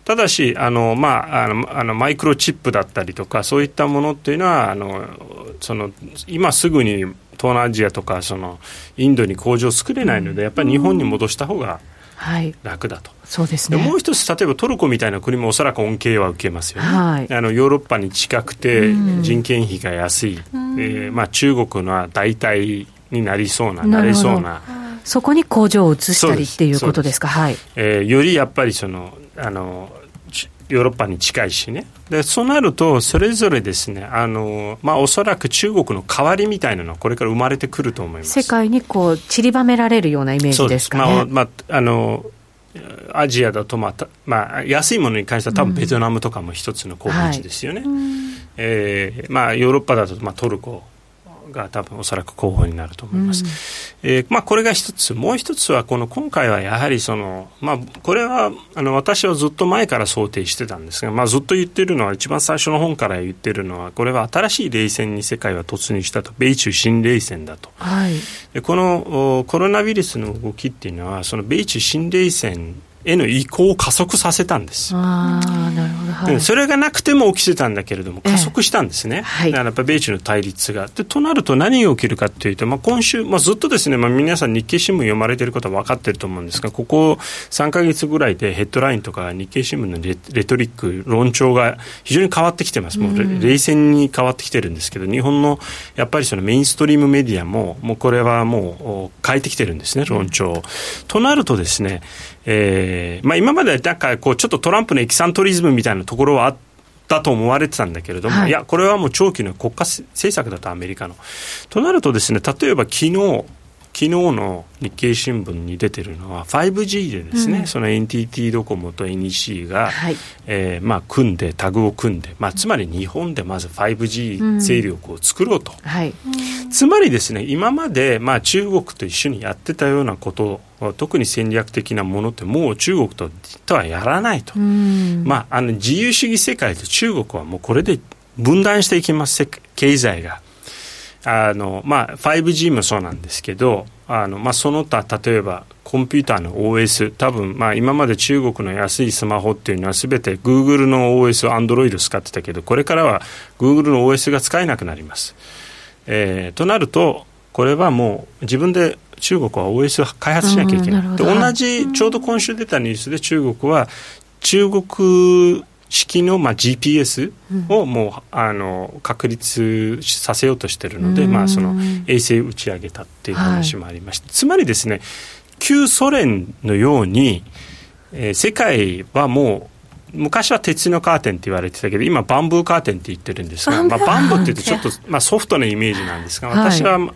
ただしあの、まあ、あのあのマイクロチップだったりとかそういったものっていうのはあのその今すぐに東南アジアとかそのインドに工場を作れないのでやっぱり日本に戻した方が楽だと、はい、そうですね。でもう一つ例えばトルコみたいな国もおそらく恩恵は受けますよね、はい、あのヨーロッパに近くて人件費が安い、うんえーまあ、中国のは代替になりそうななれそうなそこに工場を移したりっていうことですか。はい、 えー、よりやっぱりそのあのヨーロッパに近いしね。でそうなるとそれぞれですねあの、まあ、おそらく中国の代わりみたいなのはこれから生まれてくると思います。 世界にこう散りばめられるようなイメージですかね。 そうです、まあまあ、あのアジアだと、まあまあ、安いものに関しては多分ベトナムとかも一つの候補地ですよね、うんはいえーまあ、ヨーロッパだと、まあ、トルコが多分おそらく候補になると思います、うんえーまあ、これが一つ。もう一つはこの今回はやはりその、まあ、これはあの私はずっと前から想定してたんですが、まあ、ずっと言ってるのは一番最初の本から言ってるのはこれは新しい冷戦に世界は突入したと。米中新冷戦だと、はい、でこのコロナウイルスの動きっていうのはその米中新冷戦への移行を加速させたんです。 あなるほど、はい、 それがなくても起きてたんだけれども加速したんですね、ええはい、だからやっぱ米中の対立がでとなると何が起きるかというと、まあ、今週、まあ、ずっとですね、まあ、皆さん日経新聞読まれていることは分かっていると思うんですがここさんかげつぐらいでヘッドラインとか日経新聞の レ, レトリック論調が非常に変わってきてます。もう冷戦に変わってきてるんですけど日本のやっぱりそのメインストリームメディアももうこれはもう変えてきてるんですね論調、うん、となるとですねえーまあ、今まではなんかこうちょっとトランプのエキサントリズムみたいなところはあったと思われてたんだけれども、はい、いやこれはもう長期の国家政策だとアメリカのとなるとですね例えば昨日昨日の日経新聞に出てるのは ファイブジー でですね、うん、その エヌティーティー ドコモと エヌイーシー が、はいえーまあ、組んでタグを組んで、まあ、つまり日本でまず ファイブジー 勢力を作ろうと、うんはい、つまりですね今まで、まあ、中国と一緒にやってたようなこと特に戦略的なものってもう中国と、とはやらないと、うんまあ、あの自由主義世界と中国はもうこれで分断していきます経済があの、まあ、ファイブジー もそうなんですけどあの、まあ、その他例えばコンピューターの オーエス 多分、まあ、今まで中国の安いスマホっていうのは全て Google の オーエス Android 使ってたけどこれからは Google の オーエス が使えなくなります、えー、となるとこれはもう自分で中国は オーエス を開発しなきゃいけない、うん、で同じちょうど今週出たニュースで中国は中国式の、まあ、ジーピーエス をもう、うん、あの確立させようとしているので、まあ、その衛星打ち上げたっていう話もありまして、はい、つまりですね旧ソ連のように、えー、世界はもう昔は鉄のカーテンって言われてたけど今バンブーカーテンって言ってるんですが、まあ、バンブーって言うとちょっと、まあ、ソフトなイメージなんですが私は、はい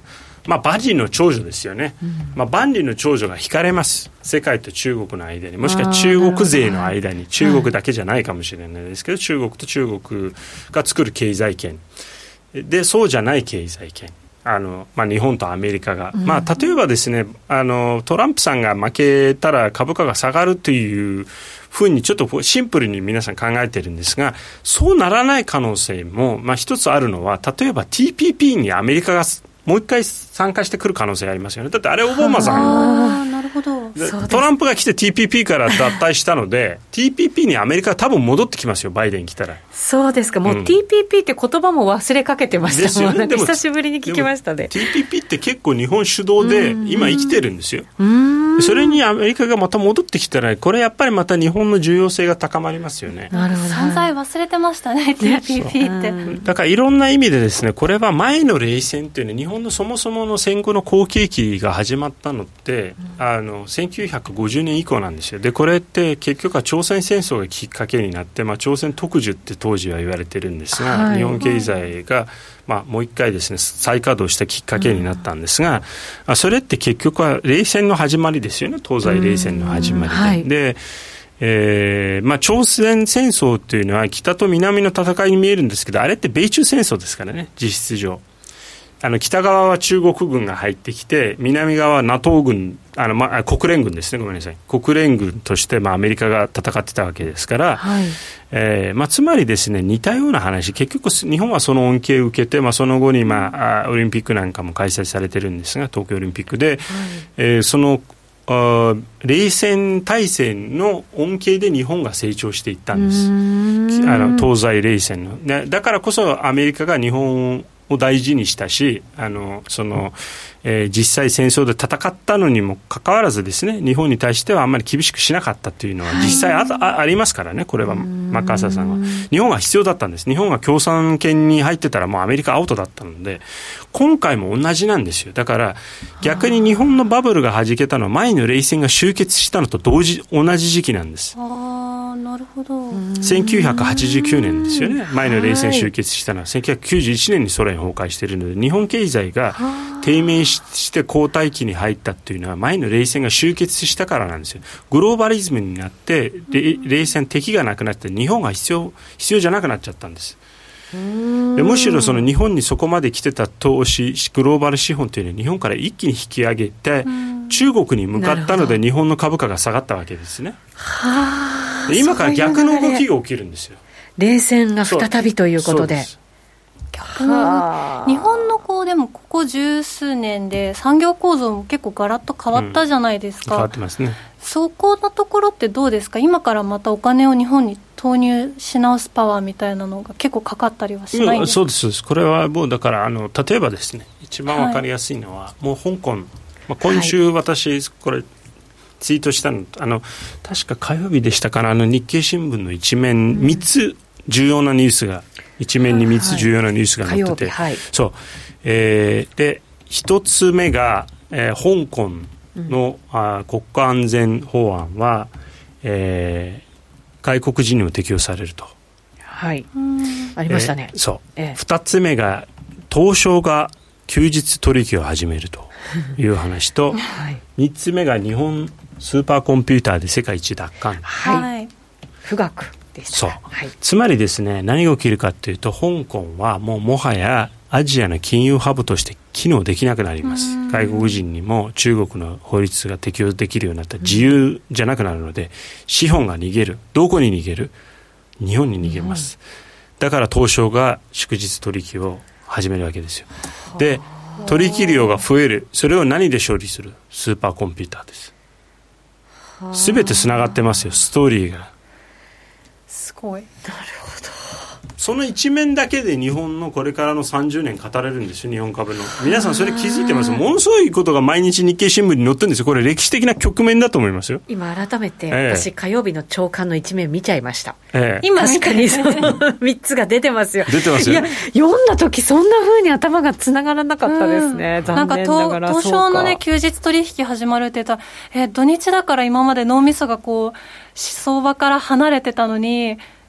まあ、万里の長女ですよね、うんまあ、万里の長女が惹かれます。世界と中国の間に、もしくは中国勢の間に、中国だけじゃないかもしれないですけど、はい、中国と中国が作る経済圏で、そうじゃない経済圏、あのまあ、日本とアメリカが、うんまあ、例えばですね、あのトランプさんが負けたら株価が下がるというふうにちょっとシンプルに皆さん考えてるんですが、そうならない可能性も、まあ、一つあるのは、例えば ティーピーピー にアメリカがもう一回参加してくる可能性ありますよね。だってあれオバマさんあなるほどトランプが来て ティーピーピー から脱退したのでティーピーピー にアメリカは多分戻ってきますよ、バイデン来たら。 そうですか。もう ティーピーピー って言葉も忘れかけてましたもん、ね、久しぶりに聞きましたね。 ティーピーピー って結構日本主導で今生きてるんですよ。うーん、それにアメリカがまた戻ってきたら、これやっぱりまた日本の重要性が高まりますよね。 なるほど、存在忘れてましたね ティーピーピー って。 だからいろんな意味でですね、これは前の冷戦っていうのは日本のそもそもの戦後の好景気が始まったのって、うん、あのせんきゅうひゃくごじゅうねん以降なんですよ。でこれって結局は朝鮮戦争がきっかけになって、まあ、朝鮮特需って当時は言われてるんですが、はい、日本経済が、まあ、もう一回ですね再稼働したきっかけになったんですが、うん、それって結局は冷戦の始まりですよね。東西冷戦の始まりで、はい、でえーまあ、朝鮮戦争というのは北と南の戦いに見えるんですけど、あれって米中戦争ですからね、実質上。あの北側は中国軍が入ってきて、南側は NATO 軍、あの、まあ、国連軍ですね、ごめんなさい、国連軍として、まあ、アメリカが戦ってたわけですから、はいえーまあ、つまりですね、似たような話、結局日本はその恩恵を受けて、まあ、その後に、まあ、オリンピックなんかも開催されてるんですが、東京オリンピックで、はいえー、そのあ冷戦大戦の恩恵で日本が成長していったんです。あの東西冷戦の、ね、だからこそアメリカが日本を大事にしたし、あのその、えー、実際戦争で戦ったのにもかかわらずですね、日本に対してはあんまり厳しくしなかったというのは実際 あ,、はい、あ, ありますからね。これはマッカーサーさんは日本が必要だったんです。日本が共産圏に入ってたらもうアメリカアウトだったので、今回も同じなんですよ。だから逆に日本のバブルが弾けたのは前の冷戦が終結したのと同時同じ時期なんです。 ああ、なるほど。 せんきゅうひゃくはちじゅうきゅうねんですよね。前の冷戦終結したのはせんきゅうひゃくきゅうじゅういちねんにソ連崩壊しているので、日本経済が低迷して後退期に入ったというのは前の冷戦が終結したからなんですよ。グローバリズムになって冷戦敵がなくなって日本が必要必要じゃなくなっちゃったんです。でむしろその日本にそこまで来てた投資グローバル資本というのは日本から一気に引き上げて中国に向かったので日本の株価が下がったわけですね。はで今から逆の動きが起きるんですよ。 冷戦が再びということで。 逆に日本のこうでもここ十数年で産業構造も結構ガラッと変わったじゃないですか、 うん、変わってますね。 そこのところってどうですか。今からまたお金を日本に投入し直すパワーみたいなのが結構かかったりはしないんですか。 そうですそうです。これはもうだからあの例えばですね、一番わかりやすいのは、はい、もう香港、まあ、今週私これツイートしたの、あの確か火曜日でしたかな、あの日経新聞の一面みっつ重要なニュースが、一面にみっつ重要なニュースが載ってて、はいはい、そう、えー、でひとつめが、えー、香港の、うん、あ国家安全法案は、えー、外国人にも適用されると、 はい、ありましたね、 えー、そう、えー、ふたつめが東証が休日取引を始めるという話と、はい、みっつめが日本スーパーコンピューターで世界一奪還、 はい、富岳そう、はい、つまりですね、何が起きるかというと、香港はもうもはやアジアの金融ハブとして機能できなくなります。外国人にも中国の法律が適用できるようになったら自由じゃなくなるので、資本が逃げる。どこに逃げる？日本に逃げます。だから東証が祝日取引を始めるわけですよ。で、取引量が増える。それを何で処理する？スーパーコンピューターです。すべてつながってますよ、ストーリーが。 すごい。なるほど。 その一面だけで日本のこれからのさんじゅうねん語れるんですよ、日本株の。皆さんそれ気づいてます？ものすごいことが毎日日経新聞に載ってるんですよ。これ歴史的な局面だと思いますよ。 今改めて私、ええ、火曜日の朝刊の一面見ちゃいました、 ええ、 今確かにそのみっつが出てますよ。 出てますよ。 いや、読んだ時そんな風に頭がつながらなかったですね、うん、残念ながら。 なんか東証のね休日取引始まるって言ったら、え土日だから今まで脳みそがこう相場から離れてたのに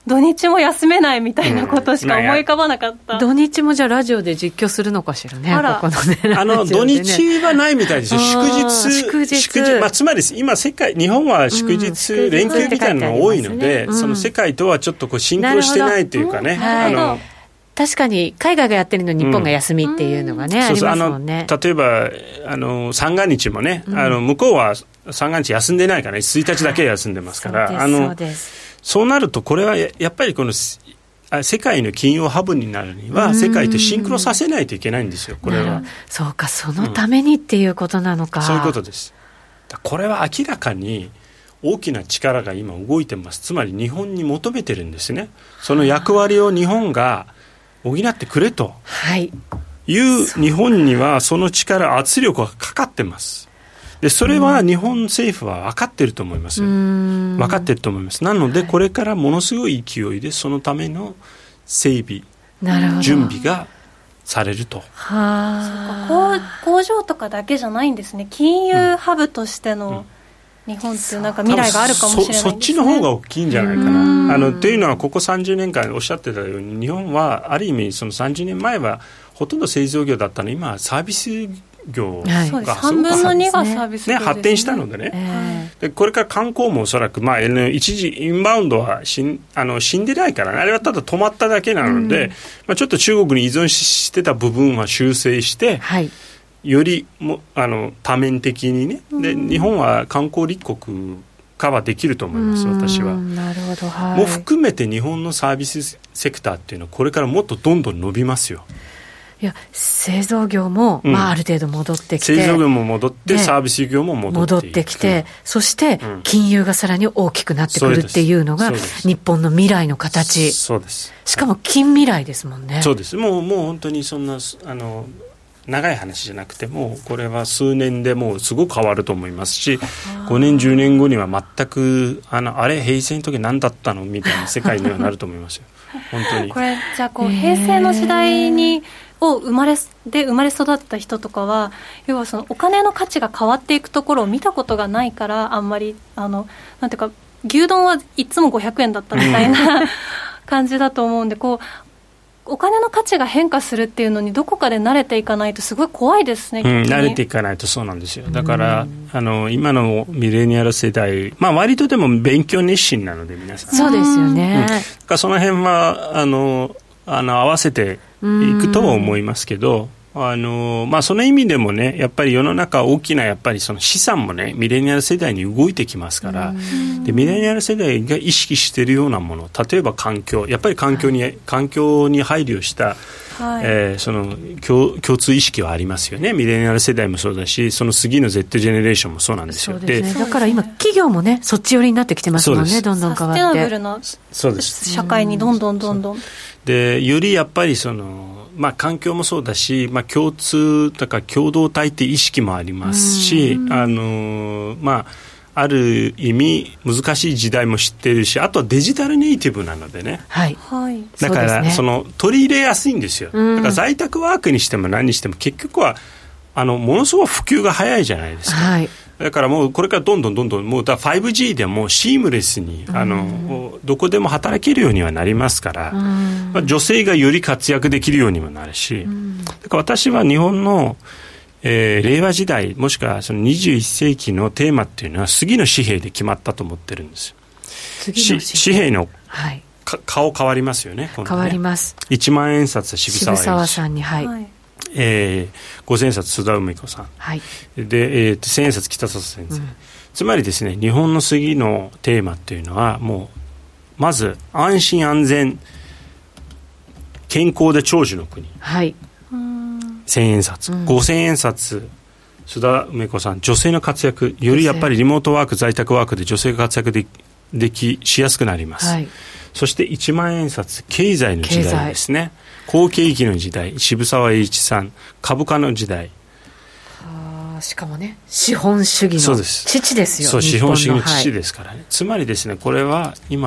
土日も休めないみたいなことしか思い浮かばなかった、 うん、土日もじゃあラジオで実況するのかしらね、ここのね、 あの土日はないみたいですよ。祝日、 祝日、 祝日、まあ、つまり今世界、日本は祝日、うん、連休みたいなのが多いので、うん、その世界とはちょっとこうシンクロしてないというかね、うん、あの、はい、 確かに海外がやってるのに日本が休みっていうのがね、うん、ありますもんね。 そうそう、あの例えばあの三が日もね、うん、あの向こうは三が日休んでないからね、ついたちだけ休んでますから、はい、あの そう, そうなるとこれはやっぱりこの世界の金融ハブになるには世界とシンクロさせないといけないんですよ、これは。 そうか、そのためにっていうことなのか、 うん、そういうことです。これは明らかに大きな力が今動いてます。つまり日本に求めてるんですね。その役割を日本が補ってくれという日本にはその力、圧力がかかってます。でそれは日本政府は分かってると思いますよ。分かってると思います。なのでこれからものすごい勢いでそのための整備、準備がされると。 はあ、工場とかだけじゃないんですね。金融ハブとしての、うん、日本っていうなんか未来があるかもしれないですね。 そ, そっちの方が大きいんじゃないかな。あのというのはここさんじゅうねんかんおっしゃってたように、日本はある意味そのさんじゅうねんまえはほとんど製造業だったのに、今はサービス業がすごく、はい、さんぶんのにがサービス業ですね、発展したのでね、えー、でこれから観光もおそらく、まあ、一時インバウンドは死 ん, あの死んでないからね、あれはただ止まっただけなので、うん、まあ、ちょっと中国に依存してた部分は修正して、はい、よりもあの多面的にね、で日本は観光立国カバーできると思います、私は。 なるほど、はい、 も含めて日本のサービスセクターっていうのはこれからもっとどんどん伸びますよ。 いや、製造業も、うん、まあ、ある程度戻ってきて、 製造業も戻って、サービス業も戻って戻ってきて、そして金融がさらに大きくなってくるっていうのが、うん、日本の未来の形。 そうです。 しかも近未来ですもんね。 そうです。もう、もう本当にそんなあの長い話じゃなくても、これは数年でもうすごく変わると思いますし、ごねんじゅうねんごには全く あ, のあれ平成の時何だったのみたいな世界にはなると思いますよ。本当に。 これじゃあこう平成の時代にを生まれで生まれ育った人とかは、要はそのお金の価値が変わっていくところを見たことがないから、あんまりあのなんていうか、牛丼はいつもごひゃくえんだったみたいな、うん、感じだと思うんで、こうお金の価値が変化するっていうのにどこかで慣れていかないとすごい怖いですね、 うん、慣れていかないと。そうなんですよ。だから、うん、あの今のミレニアル世代、まあ、割とでも勉強熱心なので皆さん。 そうですよね、うん、だからその辺はあのあの合わせていくとは思いますけど、あのまあ、その意味でもね、やっぱり世の中大きなやっぱりその資産もね、ミレニアル世代に動いてきますから、でミレニアル世代が意識しているようなもの、例えば環境、やっぱり環境に、はい、環境に配慮した、はい、えー、その 共, 共通意識はありますよね。ミレニアル世代もそうだし、その次の Z ジェネレーションもそうなんですよ。 そうですね、だから今企業もね、そっち寄りになってきてますもんね。どんどん変わってサステナブルな社会にどんどんどんどんで、よりやっぱりそのまあ、環境もそうだし、まあ、共通だから共同体って意識もありますし、あの、まあ、ある意味難しい時代も知っているし、あとはデジタルネイティブなのでね、 はい、 だから そ,、ね、その取り入れやすいんですよ。だから在宅ワークにしても何にしても結局はあのものすごい普及が早いじゃないですか、はい、だからもうこれからどんどんどんどんもうだ ファイブジー でもシームレスにあのどこでも働けるようにはなりますから、まあ、女性がより活躍できるようにもなるし、だから私は日本の、えー、令和時代もしくはそのにじゅういっせいきのテーマっていうのは次の紙幣で決まったと思ってるんですよ。次の紙幣の、はい、顔変わりますよね。このね変わります。 いちまんえん札渋沢栄一、 渋沢さんに、はい、 えー、ごせんえん札須田梅子さん、はい、で、えー、せんえん札北里先生、うん、つまりですね、日本の次のテーマっていうのはもうまず安心安全健康で長寿の国、はい、せんえん札、うん、ごせんえん札須田梅子さん、女性の活躍、よりやっぱりリモートワーク在宅ワークで女性が活躍でき、できしやすくなります、はい、そしていちまんえん札経済の時代ですね。好景気の時代、渋沢栄一さん、株価の時代、 あ、しかもね、資本主義の父ですよ。 そう、資本主義の父ですからね、はい、つまりですね、これは今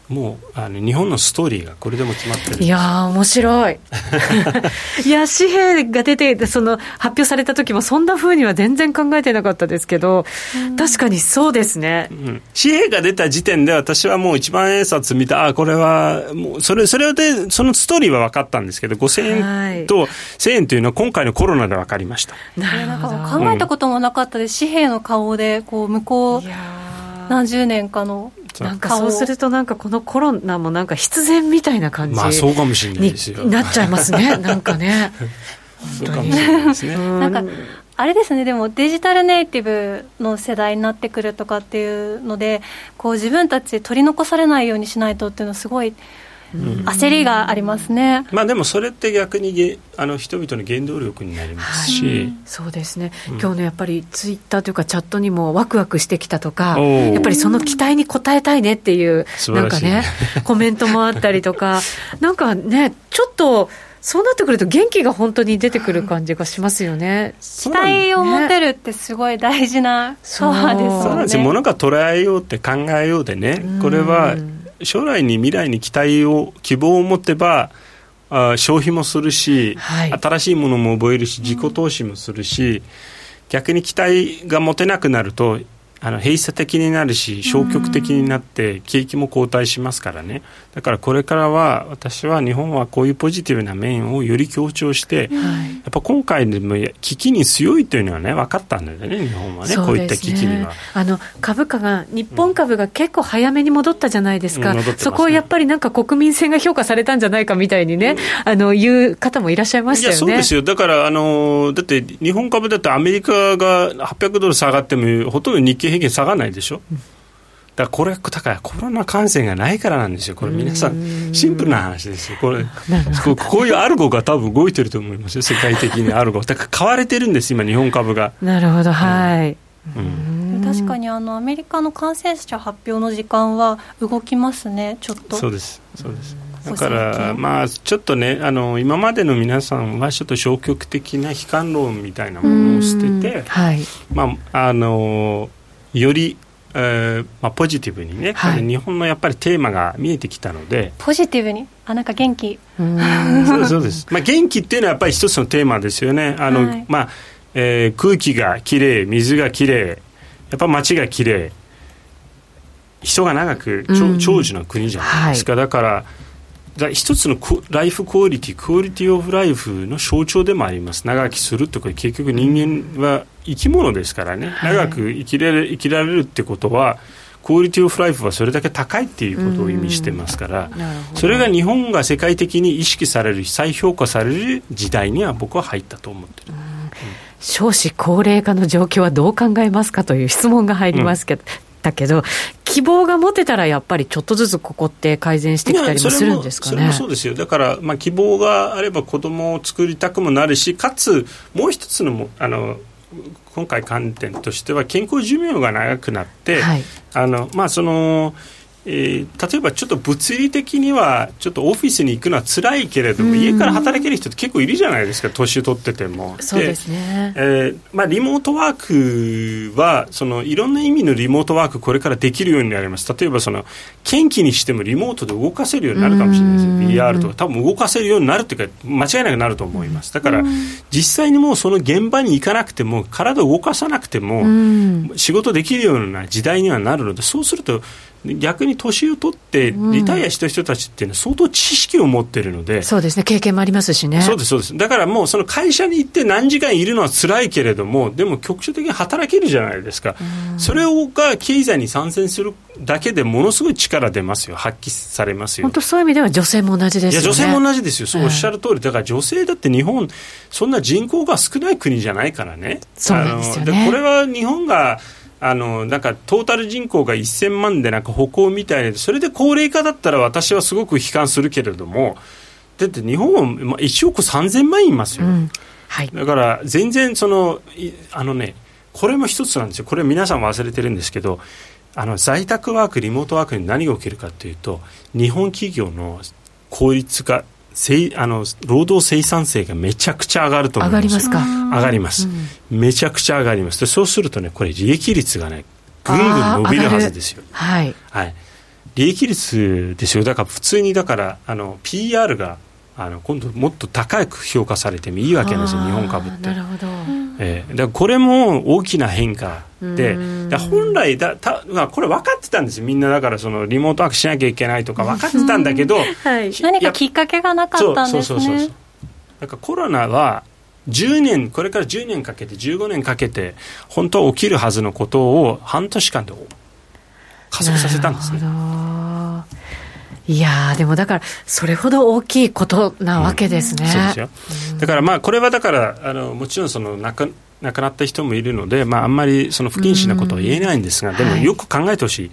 もうあの日本のストーリーがこれでも決まってるんです。 いやー面白いいや紙幣が出てその発表された時もそんな風には全然考えてなかったですけど、確かにそうですね、うん、 紙幣が出た時点で私はもう一万円札見て、あこれはもうそれそれでそのストーリーは分かったんですけど、ごせんえんとせんえんというのは今回のコロナで分かりました。 なるほど。なんか考えたこともなかったです、うん、紙幣の顔でこう向こう何十年かのなんかそうするとなんかこのコロナもなんか必然みたいな感じ、 まあそうかもしれないですよ、 になっちゃいますねなんかねそうかもしれないですねなんかあれですね、でもデジタルネイティブの世代になってくるとかっていうので、こう自分たち取り残されないようにしないとっていうのはすごい焦りがありますね、 うん、まあでもそれって逆にあの人々の原動力になりますし、はいうん、 そうですね、うん、今日のやっぱりツイッターというかチャットにもワクワクしてきたとか、やっぱりその期待に応えたいねっていうなんかねコメントもあったりとかなんかねちょっとそうなってくると元気が本当に出てくる感じがしますよね。 期待を持てるってすごい大事なパワーですよね。 そうなんですよ。物が捉えようって考えようでね、これは将来に未来に期待を希望を持てばあ消費もするし、はい、新しいものも覚えるし自己投資もするし、うん、逆に期待が持てなくなるとあの閉鎖的になるし消極的になって景気も後退しますからね。だからこれからは私は日本はこういうポジティブな面をより強調して、はい、やっぱ今回でも危機に強いというのはね分かったんだよね日本はね。こういった危機にはあの株価が日本株が結構早めに戻ったじゃないですか、うんね、そこをやっぱりなんか国民性が評価されたんじゃないかみたいにね、うん、あのいう方もいらっしゃいましたよね。いやそうですよ。だからあのだって日本株だってアメリカがはっぴゃくドル下がってもほとんど日経平均下がらないでしょ。だからこれだからコロナ感染がないからなんですよ。これ皆さんシンプルな話ですよ。これこういうアルゴが多分動いてると思いますよ。世界的にアルゴだから買われてるんです今日本株が。 なるほど、はい、 うんうん、確かにあのアメリカの感染者発表の時間は動きますねちょっと。 そうですそうです。だからまあちょっとねあの今までの皆さんはちょっと消極的な悲観論みたいなものを捨てて、はいまあ、あのよりえーまあ、ポジティブにね、はい、日本のやっぱりテーマが見えてきたのでポジティブにあなんか元気うんそうそうです、まあ、元気っていうのはやっぱり一つのテーマですよね。あの、はいまあえー、空気がきれい水がきれいやっぱ街がきれい人が長く長寿の国じゃないですか、はい、だからだ一つのライフクオリティクオリティオブライフの象徴でもあります。長生きするってこれ結局人間は生き物ですからね、はい、長く生きられる、生きられるってことはクオリティオブライフはそれだけ高いっていうことを意味してますから、それが日本が世界的に意識される再評価される時代には僕は入ったと思ってる、うんうん、 少子高齢化の状況はどう考えますかという質問が入りますけど、うんだけど希望が持てたらやっぱりちょっとずつここって改善してきたりもするんですかね。 それも、それもそうですよ。だから、まあ、希望があれば子供を作りたくもなるしかつもう一つのもあの今回観点としては健康寿命が長くなって、はいあのまあそのえー、例えばちょっと物理的にはちょっとオフィスに行くのは辛いけれども家から働ける人って結構いるじゃないですか年取ってても。 そうですね、 で、えーまあ、リモートワークはそのいろんな意味のリモートワークこれからできるようになります。例えばその元気にしてもリモートで動かせるようになるかもしれないです。 ビーアール とか多分動かせるようになるっていうか間違いなくなると思います。だから実際にもうその現場に行かなくても体を動かさなくても仕事できるような時代にはなるので、そうすると逆に年を取ってリタイアした人たちっていうのは相当知識を持っているので、うん、 そうですね経験もありますしね。 そうですそうです。だからもうその会社に行って何時間いるのは辛いけれどもでも局所的に働けるじゃないですか、うん、それが経済に参戦するだけでものすごい力出ますよ。発揮されますよ。 本当そういう意味では女性も同じですよね。 いや女性も同じですよ。そうおっしゃる通り、だから女性だって日本そんな人口が少ない国じゃないからね。 そうなんですよね。 あのでこれは日本があのなんかトータル人口がせんまんでなんか歩行みたいなそれで高齢化だったら私はすごく悲観するけれどもだって日本はいちおくさんぜんまんいますよ、うんはい、だから全然そのあのねこれも一つなんですよ。これ皆さん忘れてるんですけどあの在宅ワークリモートワークに何が起きるかというと日本企業の効率化あの労働生産性がめちゃくちゃ上がると思います。 上がりますか。 上がります、うん、めちゃくちゃ上がります。でそうするとねこれ利益率がねぐんぐん伸びるはずですよ。 はい、 はい、 利益率ですよ。だから普通にだからあの ピーアール があの今度もっと高く評価されてもいいわけですよ、日本株って。 なるほど、 えー、だからこれも大きな変化で、だ本来だた、まあ、これ分かってたんですよみんな。だからそのリモートワークしなきゃいけないとか分かってたんだけど、 はい、何かきっかけがなかったんですね。そうそうそうそう。 だからコロナはじゅうねん、これからじゅうねんかけてじゅうごねんかけて本当は起きるはずのことを半年間で加速させたんですね。 いやーでもだからそれほど大きいことなわけですね、うん、 そうですよ。だからまあこれはだからあのもちろんその亡く、亡くなった人もいるので、まあ、あんまりその不謹慎なことは言えないんですが、でもよく考えてほしい、はい、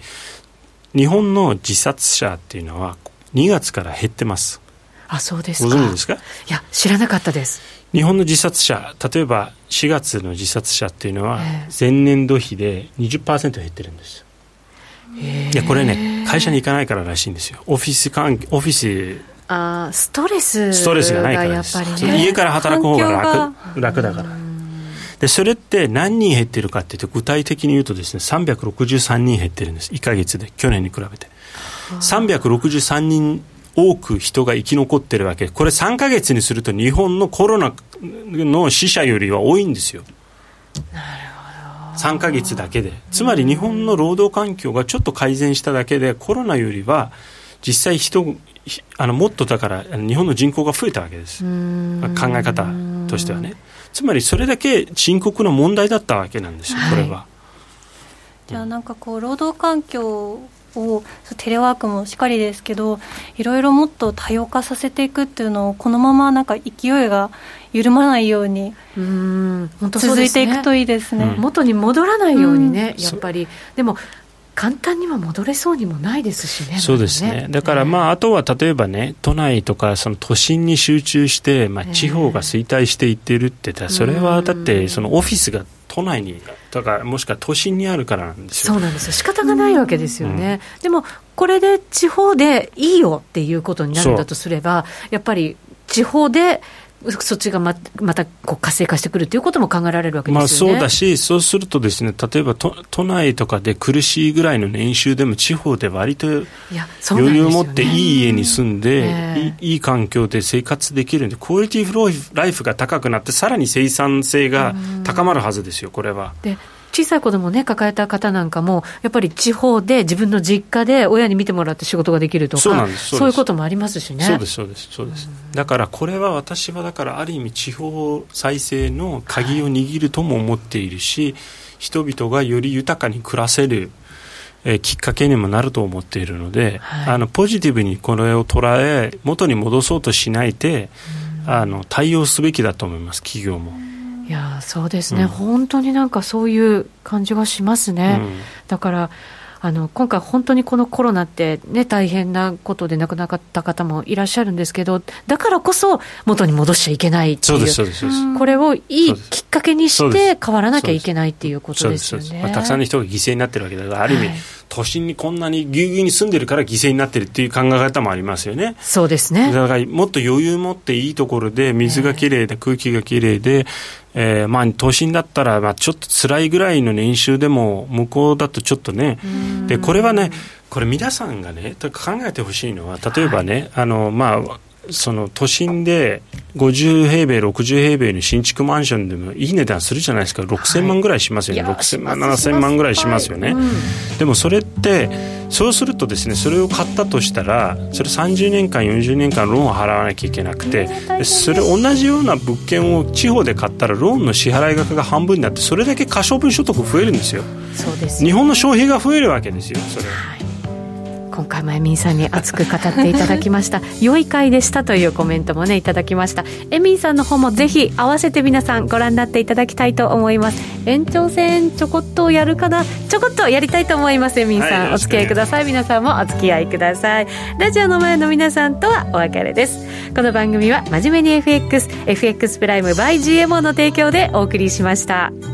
日本の自殺者っていうのはにがつから減ってます。 あ、そうですか。 ご存知ですか？いや知らなかったです。 日本の自殺者、例えばしがつの自殺者っていうのは前年度比で にじゅっパーセント 減ってるんですよ。いやこれね会社に行かないかららしいんですよ。オフィス関係オフィスあストレスストレスがないからです。やっぱり、ね、家から働く方が 楽, 楽だから。でそれって何人減ってるかっていうと具体的に言うとですねさんびゃくろくじゅうさんにん減ってるんです。いっかげつで去年に比べてさんびゃくろくじゅうさんにん多く人が生き残ってるわけ。これさんかげつにすると日本のコロナの死者よりは多いんですよ。 なるほど。 さんかげつだけで。つまり日本の労働環境がちょっと改善しただけでコロナよりは実際人あのもっとだから日本の人口が増えたわけです。考え方としてはね。つまりそれだけ深刻な問題だったわけなんですよ、これは、はい、 じゃあなんかこう労働環境をテレワークもしっかりですけどいろいろもっと多様化させていくっていうのをこのままなんか勢いが緩まないように続いていくといいですね。 うん、元に戻らないようにね、うん、やっぱりでも簡単には戻れそうにもないですしね。 そうですね。だからまああとは例えばね都内とかその都心に集中してまあ地方が衰退していってるって言ったらそれはだってそのオフィスが都内にだからもしくは都心にあるからなんですよ。 そうなんですよ。仕方がないわけですよね。うん、でもこれで地方でいいよっていうことになるんだとすればやっぱり地方でそっちが ま, またこう活性化してくるということも考えられるわけですよね。 まあ、そうだしそうするとですね例えば 都, 都内とかで苦しいぐらいの年収でも地方で割と余裕を持っていい家に住んで、ね、い, いい環境で生活できるんでクオリティフローライフが高くなってさらに生産性が高まるはずですよこれは。 で小さい子供ね抱えた方なんかもやっぱり地方で自分の実家で親に見てもらって仕事ができるとかそうなんですそうですそういうこともありますしね。 そうですそうですそうです。だからこれは私はだからある意味地方再生の鍵を握るとも思っているし、はい、人々がより豊かに暮らせる、えー、きっかけにもなると思っているので、はい、あのポジティブにこれを捉え元に戻そうとしないであの対応すべきだと思います企業も。 いやそうですね、うん、本当になんかそういう感じがしますね、うん、だからあの今回本当にこのコロナって、ね、大変なことで亡くなった方もいらっしゃるんですけどだからこそ元に戻しちゃいけないっていう、そうですそうですそうです、これをいいきっかけにして変わらなきゃいけないっていうことですよね。 まあ、たくさんの人が犠牲になってるわけだからある意味、はい、都心にこんなにぎゅうぎゅうに住んでるから犠牲になってるっていう考え方もありますよね。 そうですね。 だからもっと余裕持っていいところで水がきれいで空気がきれいでえーまあ、都心だったらまあちょっと辛いぐらいの年収でも向こうだとちょっとねでこれはねこれ皆さんがね考えてほしいのは例えばね、はい、あのまあその都心でごじゅうへいべいろくじゅうへいべいの新築マンションでもいい値段するじゃないですか。ろくせんまんぐらいしますよね、はい、ろくせんまんななせんまんぐらいしますよね、はいうん、でもそれってそうするとですねそれを買ったとしたらそれさんじゅうねんかんよんじゅうねんかんローンを払わなきゃいけなくてそれ同じような物件を地方で買ったらローンの支払い額が半分になってそれだけ可処分所得増えるんですよ。 そうです。 日本の消費が増えるわけですよそれ、 はい今回もエミンさんに熱く語っていただきました良い回でしたというコメントもねいただきました。エミンさんの方もぜひ合わせて皆さんご覧になっていただきたいと思います。延長戦ちょこっとやるかなちょこっとやりたいと思います。エミンさん、はい、お付き合いください。皆さんもお付き合いください。ラジオの前の皆さんとはお別れです。この番組は真面目に エフエックス エフエックス プライム by ジーエムオー の提供でお送りしました。